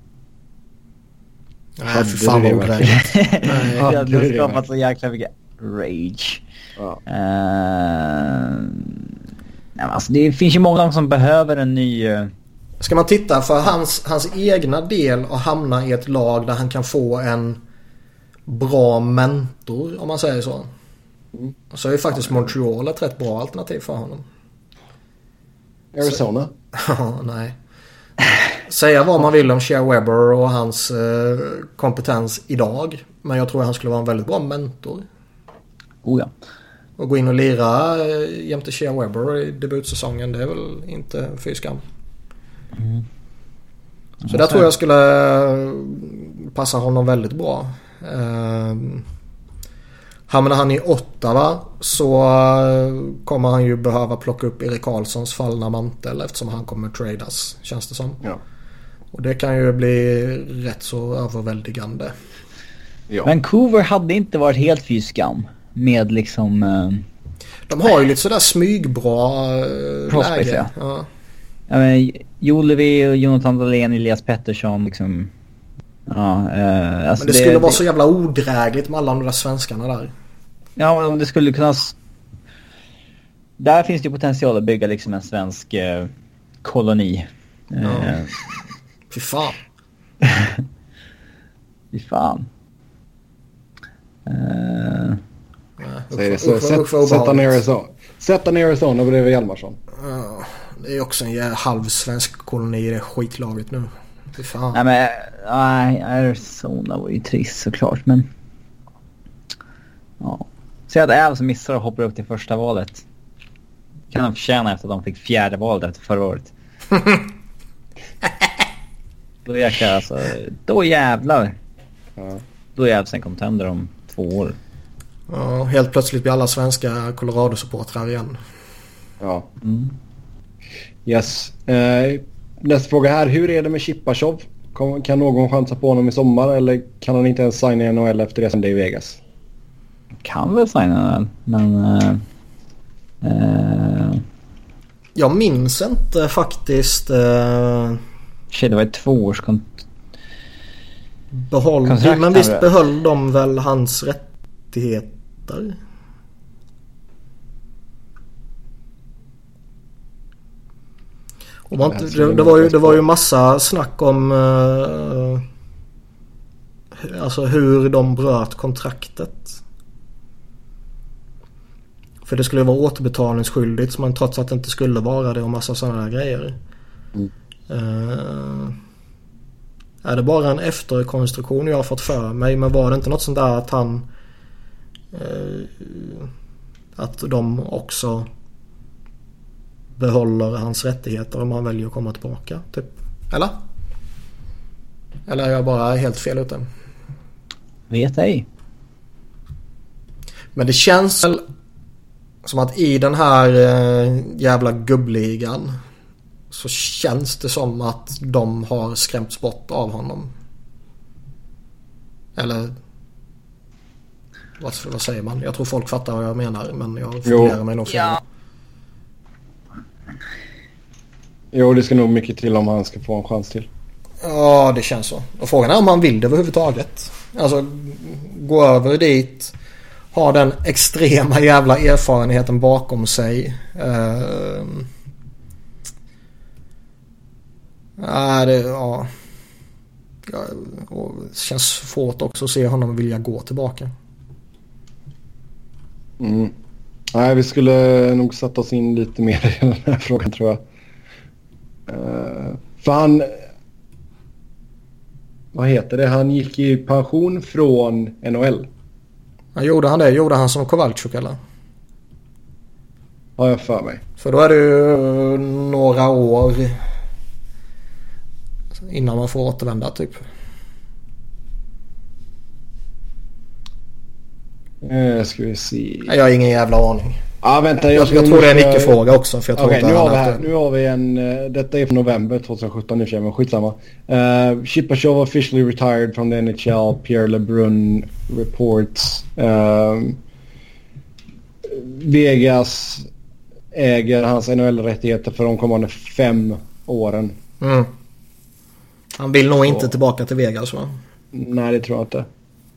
Nej, för fan vad ogränt. Det hade skapat så jäkla mycket rage. Ja. Alltså det finns ju många som behöver en ny Ska man titta för hans egna del och hamna i ett lag där han kan få en bra mentor, om man säger så. Så är ju faktiskt Montreal ett rätt bra alternativ för honom. Arizona? Ja, nej. Säga vad man vill om Shea Weber och hans kompetens idag. Men jag tror att han skulle vara en väldigt bra mentor. Oh ja. Och gå in och lira jämte Shea Weber i debutsäsongen, det är väl inte fy skam. Så där tror jag skulle passa honom väldigt bra. Hamnar han i Ottawa så kommer han ju behöva plocka upp Erik Karlssons fallna mantel eftersom han kommer tradas, känns det som. Ja. Och det kan ju bli rätt så överväldigande. Ja. Vancouver hade inte varit helt fy skam med liksom... De har ju lite sådär smygbra prospects, läge. Ja. Ja, men Jolevi och Jonathan Dahlén, Elias Pettersson liksom... Ja, alltså men det skulle vara så jävla odrägligt med alla de där svenskarna där. Ja, det skulle kunna... Där finns det ju potential att bygga liksom en svensk koloni. Ja. Fy fan. Fy fan. Sätta ner Arizona bredvid Hjalmarsson. Ja, det är också en halv svensk koloni i det skitlaget nu. Fy fan. Nej, men Arizona var ju trist såklart, men... Ja. Så att Avs missar och hoppar upp till första valet. Kan de förtjäna efter att de fick fjärde valet efter förra året. Då jäklar alltså. Då jävlar. Ja. Då är Avs en contender om 2 år. Ja, helt plötsligt blir alla svenska Colorado-supportrar igen. Ja. Yes. Nästa fråga här. Hur är det med Chipachov? Kan någon chansa på honom i sommar eller kan han inte ens signa i NHL efter det som det är i Vegas? Kan väl signa den, men... Jag minns inte faktiskt... Shit, det var ett 2-årskontrakt. Men visst behöll de väl hans rättigheter? Och det var ju massa snack om alltså hur de bröt kontraktet. För det skulle vara återbetalningsskyldigt, men trots att det inte skulle vara det och massa sådana där grejer. Är det bara en efterkonstruktion jag har fått för mig, men var det inte något sånt där att han att de också behåller hans rättigheter om han väljer att komma tillbaka typ? Eller är jag bara helt fel ute? Vet ej. Men det känns väl som att i den här jävla gubbligan så känns det som att de har skrämts bort av honom. Eller vad säger man? Jag tror folk fattar vad jag menar, men jag funderar mig nog fel. Ja. Jo, det ska nog mycket till om han ska få en chans till. Ja, det känns så. Och frågan är om han vill det överhuvudtaget. Alltså, gå över dit, ha den extrema jävla erfarenheten bakom sig. Det känns svårt också att se honom vilja gå tillbaka. Nej, vi skulle nog sätta oss in lite mer i den här frågan, tror jag. För han... Vad heter det? Han gick i pension från NHL. Gjorde han det? Gjorde han som Kovalchuk eller? Har jag för mig. För då är det ju några år innan man får återvända typ. Ska vi se. Jag har ingen jävla aning. Vänta, jag tror det är en icke-fråga också. För jag tror nu har vi en... Detta är från november 2017 nu, men skitsamma. Chipachov officially retired from the NHL. Pierre LeBrun reports. Vegas äger hans NHL-rättigheter för de kommande 5 åren. Han vill nog inte tillbaka till Vegas, va? Nej, det tror jag inte.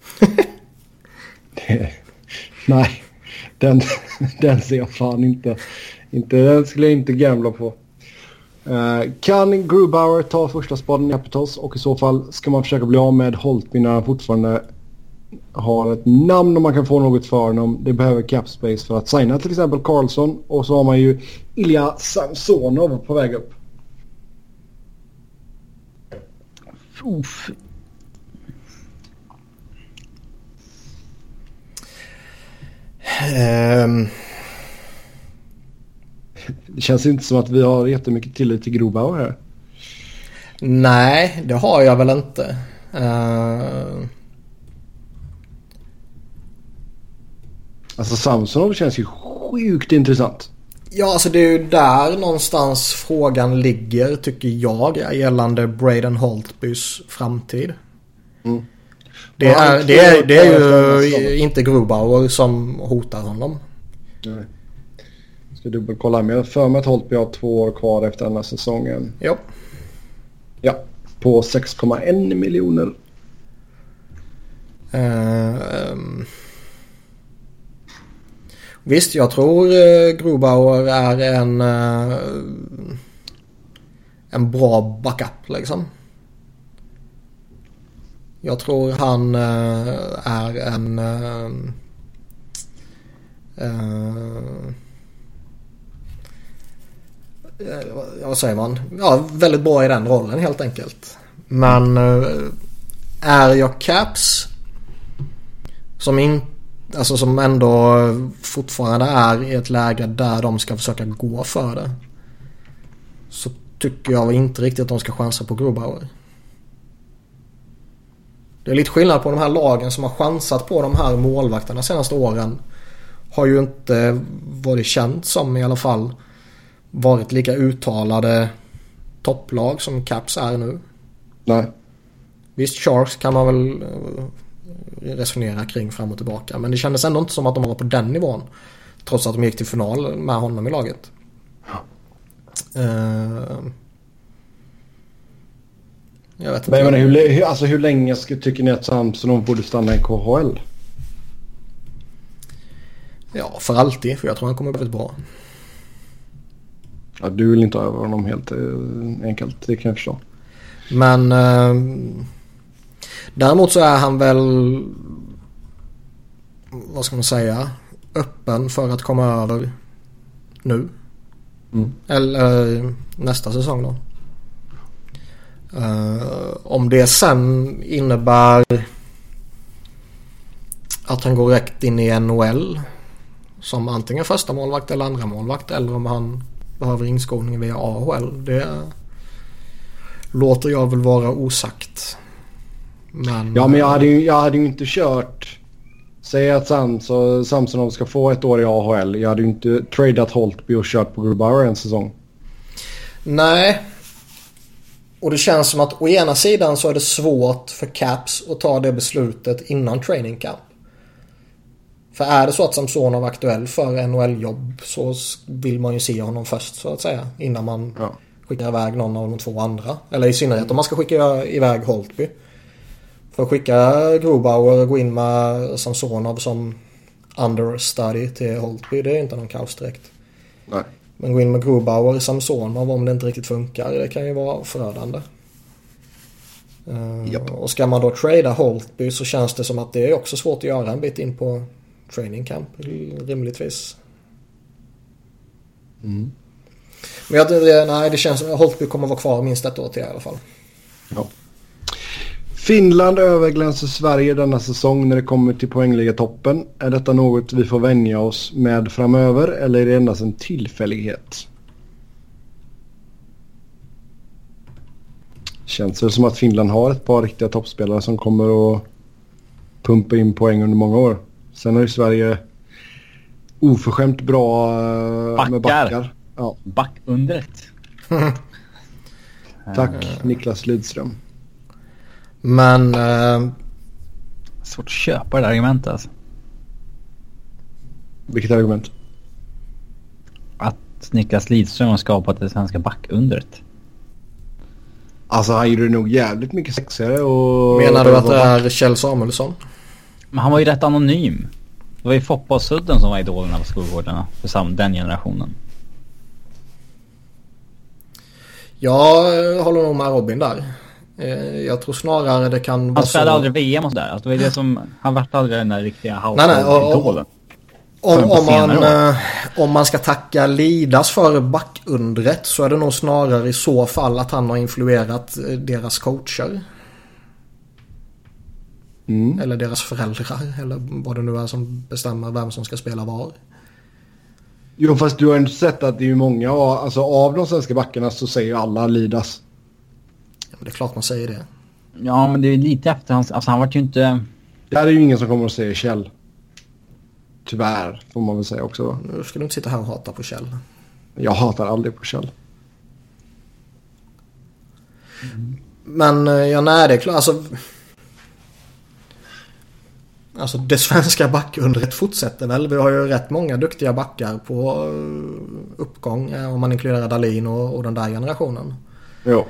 Nej. Den ser jag fan inte. Den skulle jag inte gambla på. Kan Grubauer ta första spaden i Capitals, och i så fall ska man försöka bli av med Holtby när han fortfarande har ett namn och man kan få något för honom. Det behöver cap space för att signa till exempel Karlsson, och så har man ju Ilja Samsonov på väg upp. Uff. Det känns inte som att vi har jättemycket tillit till Grubauer här. Nej, det har jag väl inte. Alltså Samsonov känns ju sjukt intressant. Ja, alltså det är ju där någonstans frågan ligger, tycker jag, gällande Braden Holtbys framtid. Mm. Det är ju inte Grubauer som hotar honom. Nej. Ska dubbelkolla, men jag för mig att Holtby har 2 år kvar efter den här säsongen. Ja. Ja, på 6,1 miljoner. Visst, jag tror Grubauer är en bra backup liksom. Jag tror han är en vad säger man? Ja, väldigt bra i den rollen helt enkelt. Men är jag Caps som ändå fortfarande är i ett läge där de ska försöka gå för det, så tycker jag inte riktigt att de ska chansa på Grubauer. Det är lite skillnad på de här lagen som har chansat på de här målvakterna senaste åren. Har ju inte varit känt som, i alla fall, varit lika uttalade topplag som Caps är nu. Nej. Visst, Sharks kan man väl resonera kring fram och tillbaka, men det kändes ändå inte som att de var på den nivån, trots att de gick till final med honom i laget. Jag vet inte. Men hur länge tycker ni att Samsonov borde stanna i KHL? Ja, för alltid, för jag tror han kommer bli bra. Ja, du vill inte ha över honom helt enkelt, det kan jag förstå. Men däremot så är han väl, vad ska man säga, öppen för att komma över nu. Eller nästa säsong då. Om det sen innebär att han går rätt in i NHL som antingen första målvakt eller andra målvakt, eller om han behöver inskolning via AHL, det låter jag väl vara osagt. Men jag hade ju inte kört, säg att Samsonov ska få ett år i AHL. Jag hade ju inte tradat Holtby och kört på Grubauer en säsong. Nej. Och det känns som att å ena sidan så är det svårt för Caps att ta det beslutet innan training camp. För är det så att Samsonov är aktuell för NHL-jobb, så vill man ju se honom först, så att säga, innan man skickar iväg någon av de 2 andra. Eller i synnerhet om man ska skicka iväg Holtby. För att skicka Grubauer och gå in med Samsonov som understudy till Holtby, det är inte någon kaos direkt. Nej. Men gå in med Grubauer i Samsonov om det inte riktigt funkar, det kan ju vara förödande. Och ska man då trada Holtby, så känns det som att det är också svårt att göra en bit in på training camp, rimligtvis. Men det känns som att Holtby kommer vara kvar minst ett år till i alla fall. Ja. Finland överglänser Sverige denna säsong när det kommer till poängliga toppen. Är detta något vi får vänja oss med framöver, eller är det endast en tillfällighet? Känns det som att Finland har ett par riktiga toppspelare som kommer att pumpa in poäng under många år. Sen har ju Sverige oförskämt bra med backar. Ja. Backundret. Tack Niklas Lidström. Men svårt att köpa det argumentet alltså. Vilket argument? Att Niklas Lidström har skapat det svenska backundret. Alltså han gjorde nog jävligt mycket sexigare. Och menar du att det är Kjell Samuelsson? Men han var ju rätt anonym. Det var ju Foppa och Sudden som var idolerna på skolgårdarna för den generationen. Jag håller nog med Robin där. Jag tror snarare det kan vara så... Han spelade aldrig VM och sådär. Alltså, det var det som... Han var aldrig den där riktiga household-idolen. Om man ska tacka Lidas för backundret så är det nog snarare i så fall att han har influerat deras coacher. Eller deras föräldrar. Eller vad det nu är som bestämmer vem som ska spela var. Jo, fast du har inte sett att det är ju många, alltså av de svenska backarna så säger ju alla Lidas. Ja, men det är klart man säger det. Ja, men det är lite efter hans... Alltså han var ju inte... Det här är ju ingen som kommer att säga Kjell. Tyvärr, får man väl säga också då. Nu ska du inte sitta här och hata på Kjell. Jag hatar aldrig på Kjell. Men ja, nej, det är klart. Alltså det svenska backundret fortsätter väl. Vi har ju rätt många duktiga backar på uppgång. Om man inkluderar Dahlin och den där generationen. Jo.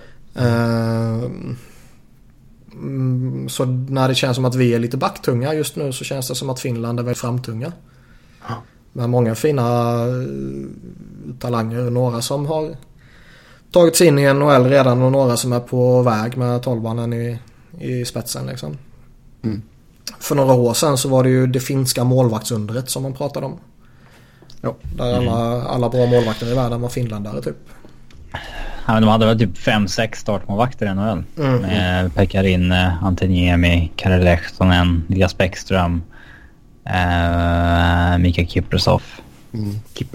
Så när det känns som att vi är lite backtunga just nu så känns det som att Finland är väl framtunga. Ja. Men många fina talanger. Några som har tagit sig in i NHL redan och några som är på väg med 12-banan i spetsen liksom. För några år sedan så var det ju det finska målvaktsundret som man pratade om. Ja. Där alla bra målvakter i världen var finländare typ. Ja, men de hade väl typ 5-6 startmålvakter i NHL. Med Pekkarin, Antoniemi, Kari Lehtonen, Elias Bäckström, Mika Kiprusoff. Kippe.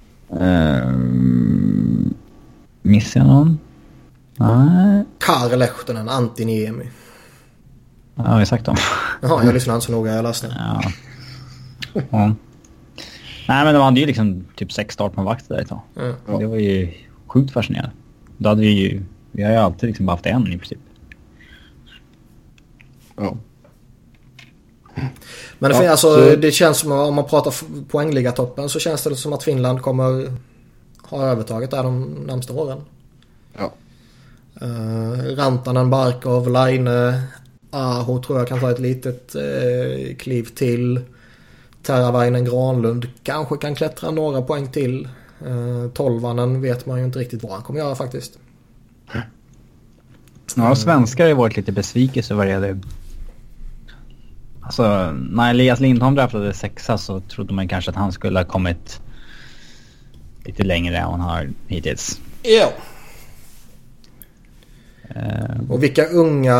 Missar jag någon? Nej. Kari Lehtonen, Antoniemi. Ja, jag har sagt dem. Jaha, jag lyssnade inte så noga, jag läste. Ja. Nej, men de hade ju liksom typ 6 startmålvakter där ett tag. Ja. Det var ju sjukt fascinerande. Då hade vi har ju alltid liksom bara haft en i princip. Ja. Men det, alltså, det känns som om man pratar poängliga-toppen så känns det som att Finland kommer ha övertaget där de närmsta åren. Ja. Rantanen, Barkov, Laine, Aho tror jag kan ta ett litet kliv till. Teravainen, Granlund kanske kan klättra några poäng till. 12-vanen vet man ju inte riktigt vad han kommer göra faktiskt. Ja, svenskar har ju varit lite besvikelse vad det gäller. Alltså, när Elias Lindholm draftade 6:a så trodde man kanske att han skulle ha kommit lite längre än han har hittills. Ja. Och vilka unga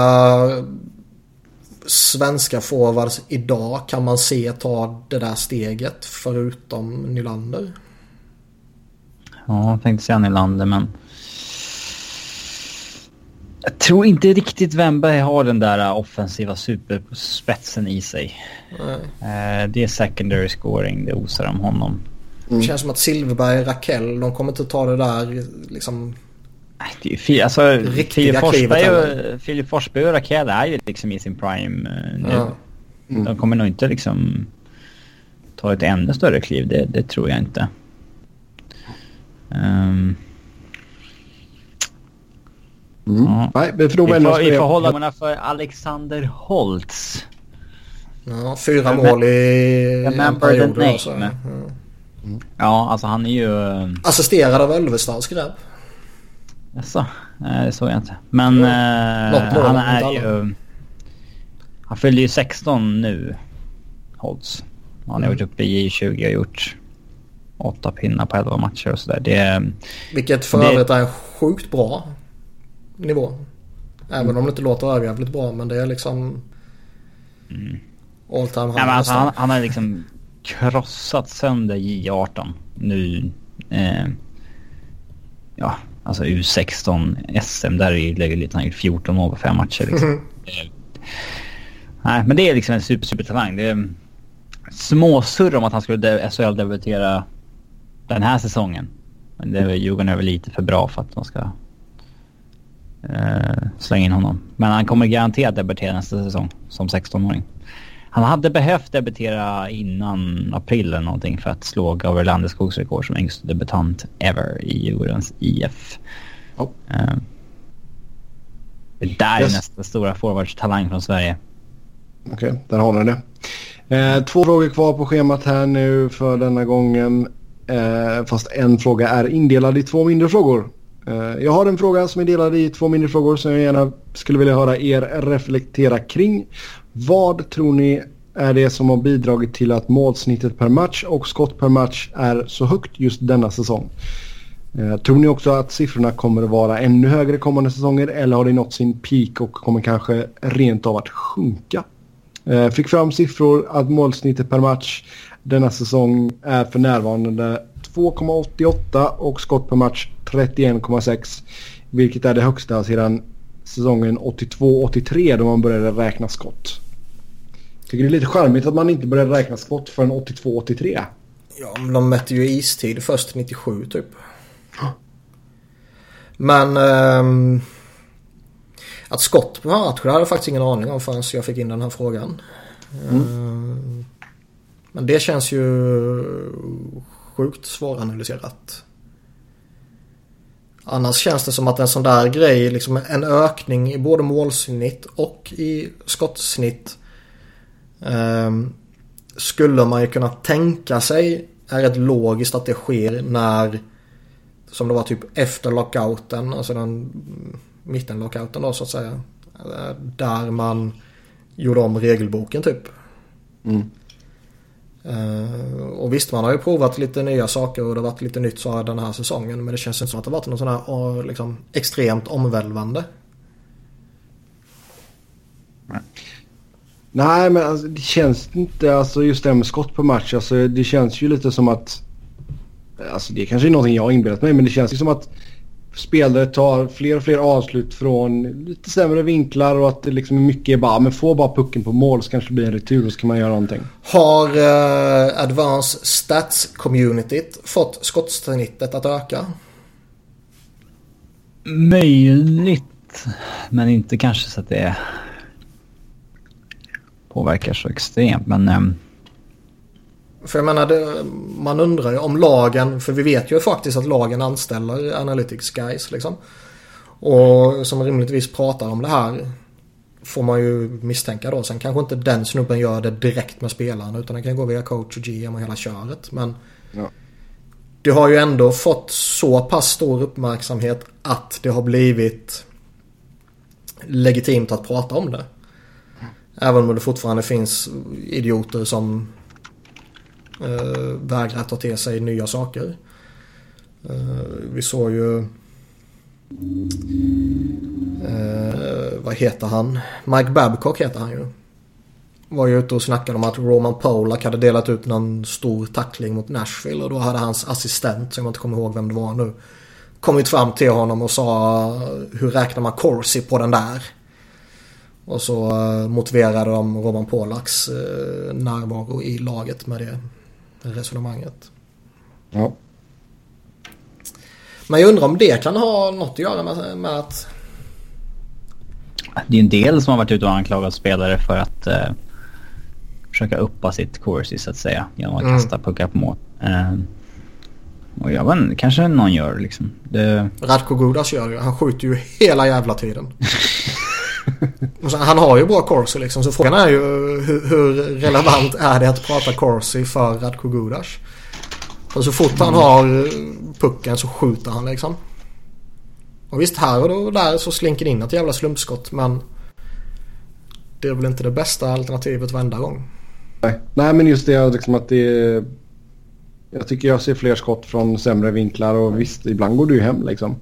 svenska forwards idag kan man se ta det där steget förutom Nylander? Ja, jag tänkte säga Nylander, men jag tror inte riktigt Wemberg har den där offensiva superspetsen i sig. Det är secondary scoring, det osar om honom. Det känns som att Silverberg, Rakell, de kommer inte ta det där liksom... Det är alltså, Filip Forsberg och Rakell är ju liksom i sin prime nu. Ja. De kommer nog inte liksom ta ett ännu större kliv, det tror jag inte. Ja. Nej, vi får hålla för Alexander Holtz. Ja, 4 mål i en period. Alltså. Ja, alltså han är ju... assisterad av Ölvestad skräp. Jaså, det såg jag inte. Men han är ju... Han fyller ju 16 nu, Holtz. Han har varit uppe i 20 och gjort 8 pinnar på 11 matcher och sådär. Vilket för övrigt är en sjukt bra nivå. Även om det inte låter överjävligt bra, men det är liksom all time high. Alltså, han har liksom krossat sönder J18 nu. Ja, alltså U16 SM där lägger lite, han har gjort 14 mål på 5 matcher liksom. Nej, men det är liksom en super talang. Det är småsurr om att han skulle SHL-debutera den här säsongen. Men det är Djurgården är väl lite för bra för att de ska slänga in honom. Men han kommer garanterat debutera nästa säsong som 16-åring. Han hade behövt debutera innan april eller någonting för att slå Gabriel Landeskogs rekord som yngst debutant ever i Djurgårdens IF. Det där är nästa stora forwardstalang från Sverige. Okej, där har ni det. 2 frågor kvar på schemat här nu för denna gången. Fast en fråga är indelad i 2 mindre frågor. Jag har en fråga som är delad i 2 mindre frågor som jag gärna skulle vilja höra er reflektera kring. Vad tror ni är det som har bidragit till att målsnittet per match och skott per match är så högt just denna säsong? Tror ni också att siffrorna kommer att vara ännu högre kommande säsonger, eller har det nått sin peak och kommer kanske rent av att sjunka? Fick fram siffror att målsnittet per match denna säsong är för närvarande 2,88 och skott per match 31,6, vilket är det högsta sedan säsongen 82-83 då man började räkna skott. Tycker det är lite charmigt att man inte började räkna skott förrän 82-83. Ja, men de mätte ju istid först 97 typ. Men att skott på match, det hade jag faktiskt ingen aning om förrän jag fick in den här frågan. Men det känns ju sjukt svåranalyserat. Annars känns det som att en sån där grej, liksom en ökning i både målsnitt och i skottsnitt, skulle man ju kunna tänka sig är rätt logiskt att det sker när, som det var typ efter lockouten, alltså den mittenlockouten då så att säga, där man gjorde om regelboken typ. Och visst, man har ju provat lite nya saker och det har varit lite nytt så den här säsongen, men det känns inte som att det har varit något sån här liksom extremt omvälvande. Nej, men alltså, det känns inte, alltså just det med skott på match, alltså det känns ju lite som att, alltså det är kanske någonting jag har inbillat mig, men det känns ju som att spelare tar fler och fler avslut från lite sämre vinklar och att det liksom mycket är bara, men få bara pucken på mål så kanske det blir en retur och så kan man göra någonting. Har Advanced Stats-communityt fått skottsnittet att öka? Möjligt, men inte kanske så att det påverkar så extremt, men för jag menar, man undrar ju om lagen, för vi vet ju faktiskt att lagen anställer analytics guys liksom, och som rimligtvis pratar om det här, får man ju misstänka då. Sen kanske inte den snubben gör det direkt med spelarna, utan det kan gå via coach och GM och hela köret, men ja. Det har ju ändå fått så pass stor uppmärksamhet att det har blivit legitimt att prata om det. Även om det fortfarande finns idioter som vägrar ta till sig nya saker. Vi såg ju vad heter han? Mike Babcock heter han ju. Var ju ute och snackade om att Roman Polak hade delat ut någon stor tackling mot Nashville, och då hade hans assistent, som jag inte kommer ihåg vem det var nu, kommit fram till honom och sa, hur räknar man Corsi på den där? Och så motiverade de Roman Polaks närvaro i laget med det resonemanget. Ja. Men jag undrar om det kan ha något att göra med att... Det är en del som har varit ute och anklagat spelare för att försöka uppa sitt Corsi så att säga, genom att kasta puckar på mål. Och jag vet inte, kanske någon gör liksom. Radko Gudas gör ju, han skjuter ju hela jävla tiden. Och så, han har ju bra Corsi liksom, så frågan är ju hur relevant är det att prata Corsi för Radko Gudas? Och så fort han har pucken så skjuter han liksom. Och visst, här och där så slinker det in ett jävla slumpskott, men det är väl inte det bästa alternativet varenda gång. Nej, men just det liksom att det, jag tycker jag ser fler skott från sämre vinklar, och visst, ibland går du ju hem liksom.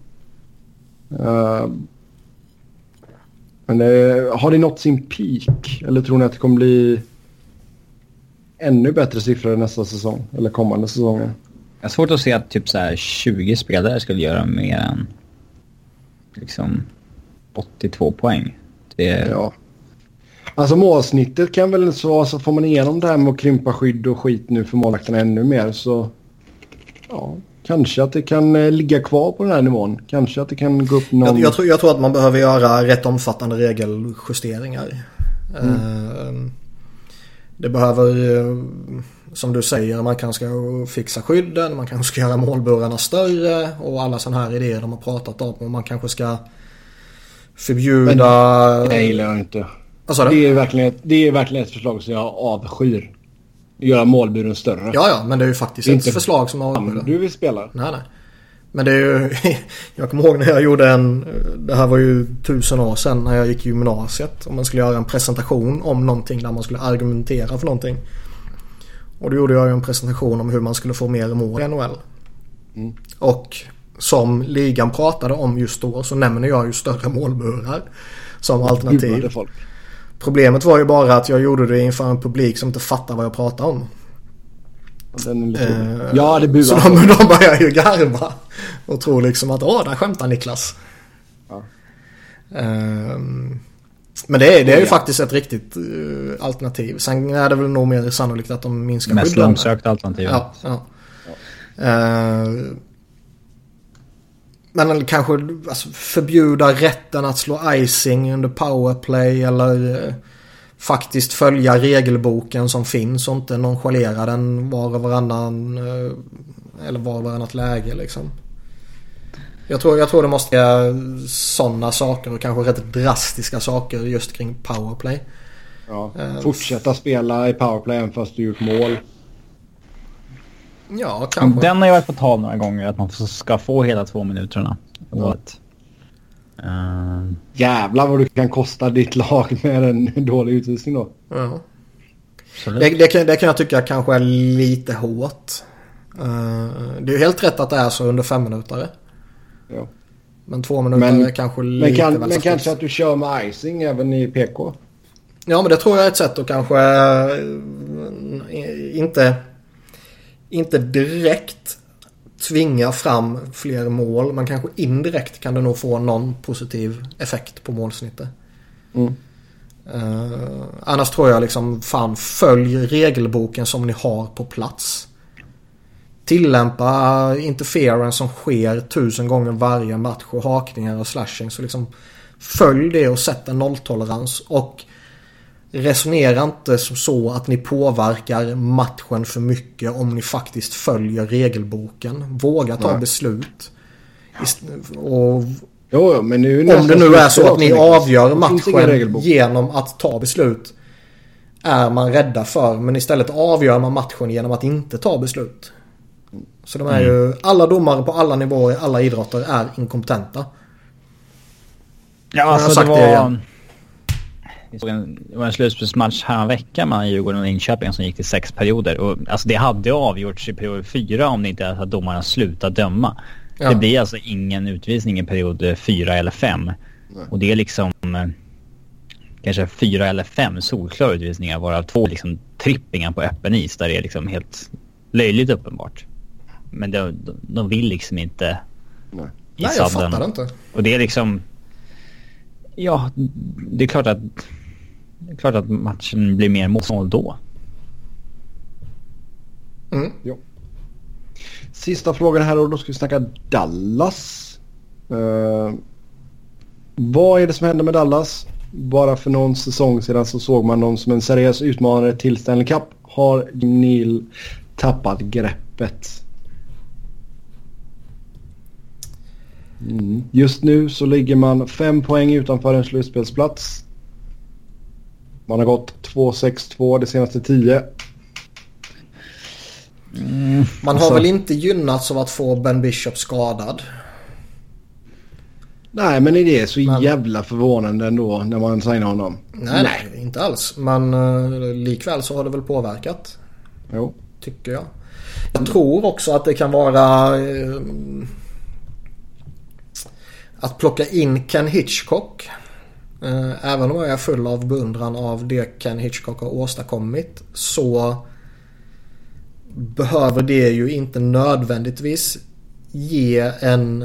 Men har det nått sin peak? Eller tror ni att det kommer bli ännu bättre siffror nästa säsong? Eller kommande säsongen? Jag har svårt att se att typ så här 20 spelare skulle göra mer än liksom 82 poäng. Ja. Alltså målsnittet kan väl så vara, så får man igenom det här med att krympa skydd och skit nu för målvakterna ännu mer, så ja, kanske att det kan ligga kvar på den här nivån. Kanske att det kan gå upp någon... Jag tror att man behöver göra rätt omfattande regeljusteringar. Det behöver, som du säger, man kanske ska fixa skydden, man kanske ska göra målburarna större och alla sådana här idéer de har pratat om, och man kanske ska förbjuda... Men det gillar jag inte. Alltså, det är verkligen ett förslag som jag avskyr. Göra målburen större. Ja, men det är ju faktiskt ett förslag som avskyr. Du vill spela. Nej. Men det är ju, jag kommer ihåg när jag gjorde det här var ju 1000 år sedan när jag gick i gymnasiet. Och man skulle göra en presentation om någonting där man skulle argumentera för någonting. Och då gjorde jag ju en presentation om hur man skulle få mer mål i NHL. Mm. Och som ligan pratade om just då så nämner jag ju större målburar som alternativ. Problemet var ju bara att jag gjorde det inför en publik som inte fattar vad jag pratar om. Ja, det buar. Så de börjar ju garva och tror liksom att där skämtar Niklas. Ja. Men det är ju faktiskt ett riktigt alternativ. Sen är det väl nog mer sannolikt att de minskar mest långsökt alternativ. Ja. Men kanske alltså, förbjuda rätten att slå icing under powerplay eller faktiskt följa regelboken som finns och inte nonchalera den var och varannan eller var och varannat läge liksom. Jag tror det måste vara sådana saker och kanske rätt drastiska saker just kring powerplay. Ja, fortsätta spela i powerplay även fast du gjort mål. Ja, kanske. Den har jag varit på tal några gånger att man ska få hela 2 minuterna. Ja. Jävlar vad du kan kosta ditt lag med en dålig utvisning då. Ja. Det kan jag tycka kanske är lite hårt. Det är ju helt rätt att det är så under 5 minuter. Ja. Men 2 minuter är kanske lite väl. Men kanske att du kör med icing även i PK. Ja, men det tror jag är ett sätt att kanske inte direkt tvinga fram fler mål, men kanske indirekt kan det nog få någon positiv effekt på målsnittet. Annars tror jag liksom följ regelboken som ni har på plats. Tillämpa interference som sker 1000 gånger varje match och hakningar och slashing, så liksom följ det och sätt en nolltolerans och resonera inte som så att ni påverkar matchen för mycket om ni faktiskt följer regelboken. Våga ta beslut. Men om det nu är så att ni avgör matchen genom att ta beslut är man rädda för, men istället avgör man matchen genom att inte ta beslut. Så de är ju alla domare på alla nivåer, alla idrotter är inkompetenta. Ja, alltså det var en slutspelsmatch här en vecka mellan Djurgården och Linköping som gick till 6 perioder. Och, alltså, det hade avgjorts i period 4 om det inte är att domarna slutar döma. Ja. Det blir alltså ingen utvisning i period 4 eller 5. Nej. Och det är liksom kanske 4 eller 5 solklara utvisningar, varav 2 liksom trippingar på öppen is där det är liksom helt löjligt uppenbart. Men de vill liksom inte. Nej, jag fattar det inte. Och det är liksom, ja, det är klart att matchen blir mer mål då. Ja. Sista frågan här, och då ska vi snacka Dallas. Vad är det som händer med Dallas? Bara för någon säsong sedan så såg man dem som en seriös utmanare till Stanley Cup. Har Neil tappat greppet? Just nu så ligger man 5 poäng utanför en slutspelsplats. Man har gått 2-6-2 de senaste 10. Man har väl inte gynnats av att få Ben Bishop skadad. Nej, men det är så jävla förvånande ändå när man signar honom. Nej, inte alls. Men likväl så har det väl påverkat. Jo. Tycker jag. Jag tror också att det kan vara att plocka in Ken Hitchcock. Även om jag är full av beundran av det Ken Hitchcock har åstadkommit, så behöver det ju inte nödvändigtvis ge en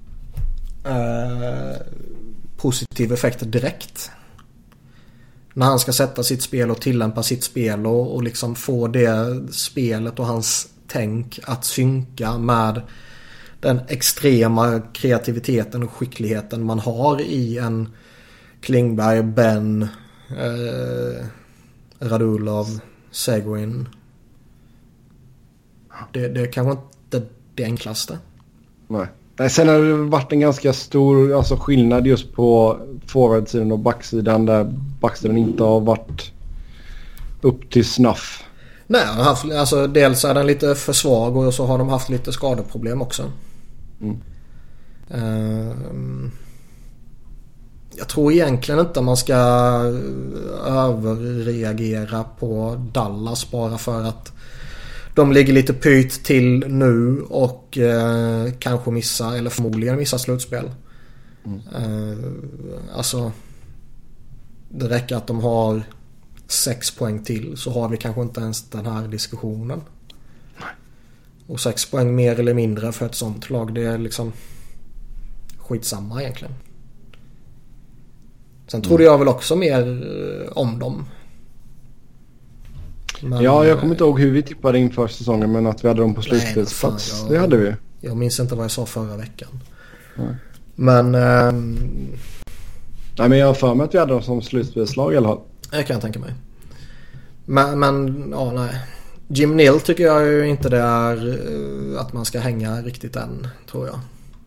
positiv effekt direkt. När han ska sätta sitt spel och tillämpa sitt spel och liksom få det spelet och hans tänk att synka med den extrema kreativiteten och skickligheten man har i en Klingberg, Ben, Radulov, Seguin. Det kanske inte det enklaste. Nej. Sen har det varit en ganska stor skillnad just på forwardsidan och backsidan, där backsidan inte har varit upp till snuff. Nej, dels är den lite för svag och så har de haft lite skadeproblem också. Jag tror egentligen inte man ska överreagera på Dallas bara för att de ligger lite pyt till nu och kanske missar, eller förmodligen missar slutspel. Alltså det räcker att de har 6 poäng till så har vi kanske inte ens den här diskussionen. Och 6 poäng mer eller mindre för ett sånt lag, det är liksom skitsamma egentligen. Sen trodde jag väl också mer om dem. Men, ja, jag kommer inte ihåg hur vi tippade inför säsongen, men att vi hade dem på slutspelsplats, det hade vi. Jag minns inte vad jag sa förra veckan. Nej. Men nej, men jag har för mig att vi hade dem som slutspelslag i alla fall. Det kan jag tänka mig. Men ja, nej. Jim Nill tycker jag ju inte det är att man ska hänga riktigt än, tror jag.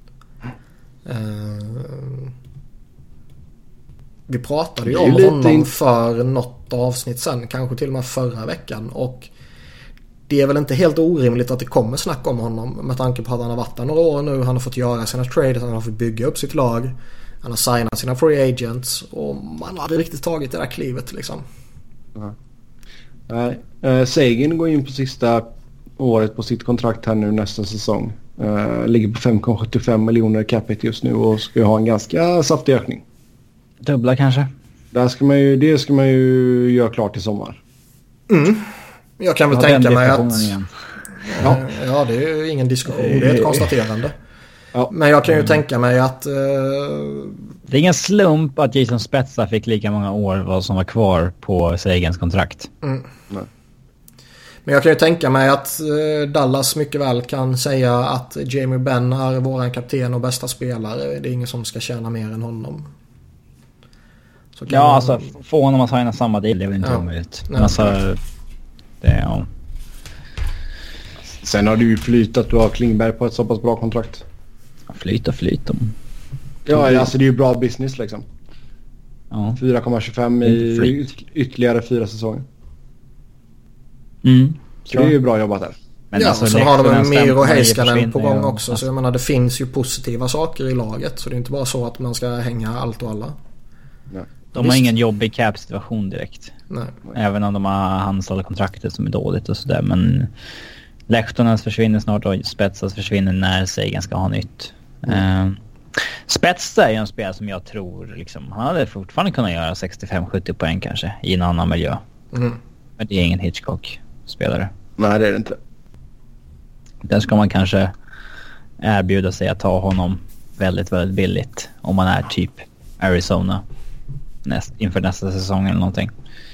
Vi pratade ju om honom för något avsnitt sen, kanske till och med förra veckan, och det är väl inte helt orimligt att det kommer snack om honom med tanke på att han har varit där några år nu, han har fått göra sina trades, han har fått bygga upp sitt lag, han har signat sina free agents och man hade riktigt tagit det där klivet liksom. Nej, Seguin går in på sista året på sitt kontrakt här nu nästa säsong. Ligger på 5,75 miljoner capita just nu och ska ha en ganska saftig ökning. Dubbla kanske. Det ska man ju göra klart i sommar. Jag kan väl tänka mig att ja, det är ju ingen diskussion, det är ett konstaterande. Ja. Men jag kan ju tänka mig att det är ingen slump att Jason Spezza fick lika många år vad som var kvar på Seguins kontrakt. Nej. Men jag kan ju tänka mig att Dallas mycket väl kan säga att Jamie Benn är våran kapten och bästa spelare. Det är ingen som ska tjäna mer än honom. Så ja, man... alltså få honom att signa samma deal, det är väl inte omöjligt. Men alltså, det, ja. Sen har du ju flyt att du har Klingberg på ett så pass bra kontrakt. Flyt om. Ja, alltså det är ju bra business liksom. Ja. 4,25 i ytterligare 4 säsonger. Så det är ju bra jobbat där. Men ja, alltså, så har de en Miro Heiskanen på gång också. Alltså. Så jag menar, det finns ju positiva saker i laget. Så det är inte bara så att man ska hänga allt och alla. Nej. De har ingen jobbig cap-situation direkt. Nej. Även om de har handställt kontraktet som är dåligt och sådär. Men Lehtonens försvinner snart och Spetsas försvinner när Seguin ska ha nytt. Spetsa är en spelare som jag tror liksom, han hade fortfarande kunnat göra 65-70 poäng kanske i en annan miljö. Men det är ingen Hitchcock-spelare. Nej, det är det inte. Där ska man kanske erbjuda sig att ta honom väldigt, väldigt billigt om man är typ Arizona inför nästa säsong eller någonting.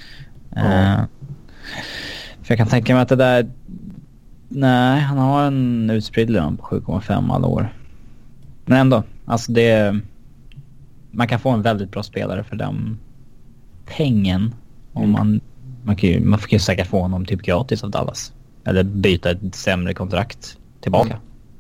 För jag kan tänka mig att det där, nej, han har en utspridd lön på 7,5 alla år. Men ändå, alltså det, man kan få en väldigt bra spelare för den pengen om man får ju säkert få honom typ gratis av Dallas. Eller byta ett sämre kontrakt tillbaka.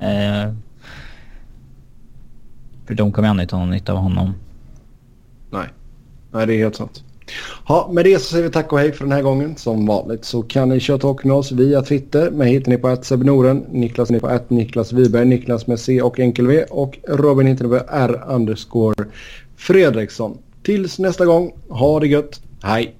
För de kommer aldrig ta någon nytta av honom. Nej, det är helt sant. Ja, med det så säger vi tack och hej för den här gången. Som vanligt så kan ni köra talk med oss via Twitter. Mig hittar ni på @sebnoren, Niklas ni på @Niklas Wiberg, Niklas med C och enkel V, och Robin hittar ni på R_Fredriksson. Tills nästa gång, ha det gött, hej!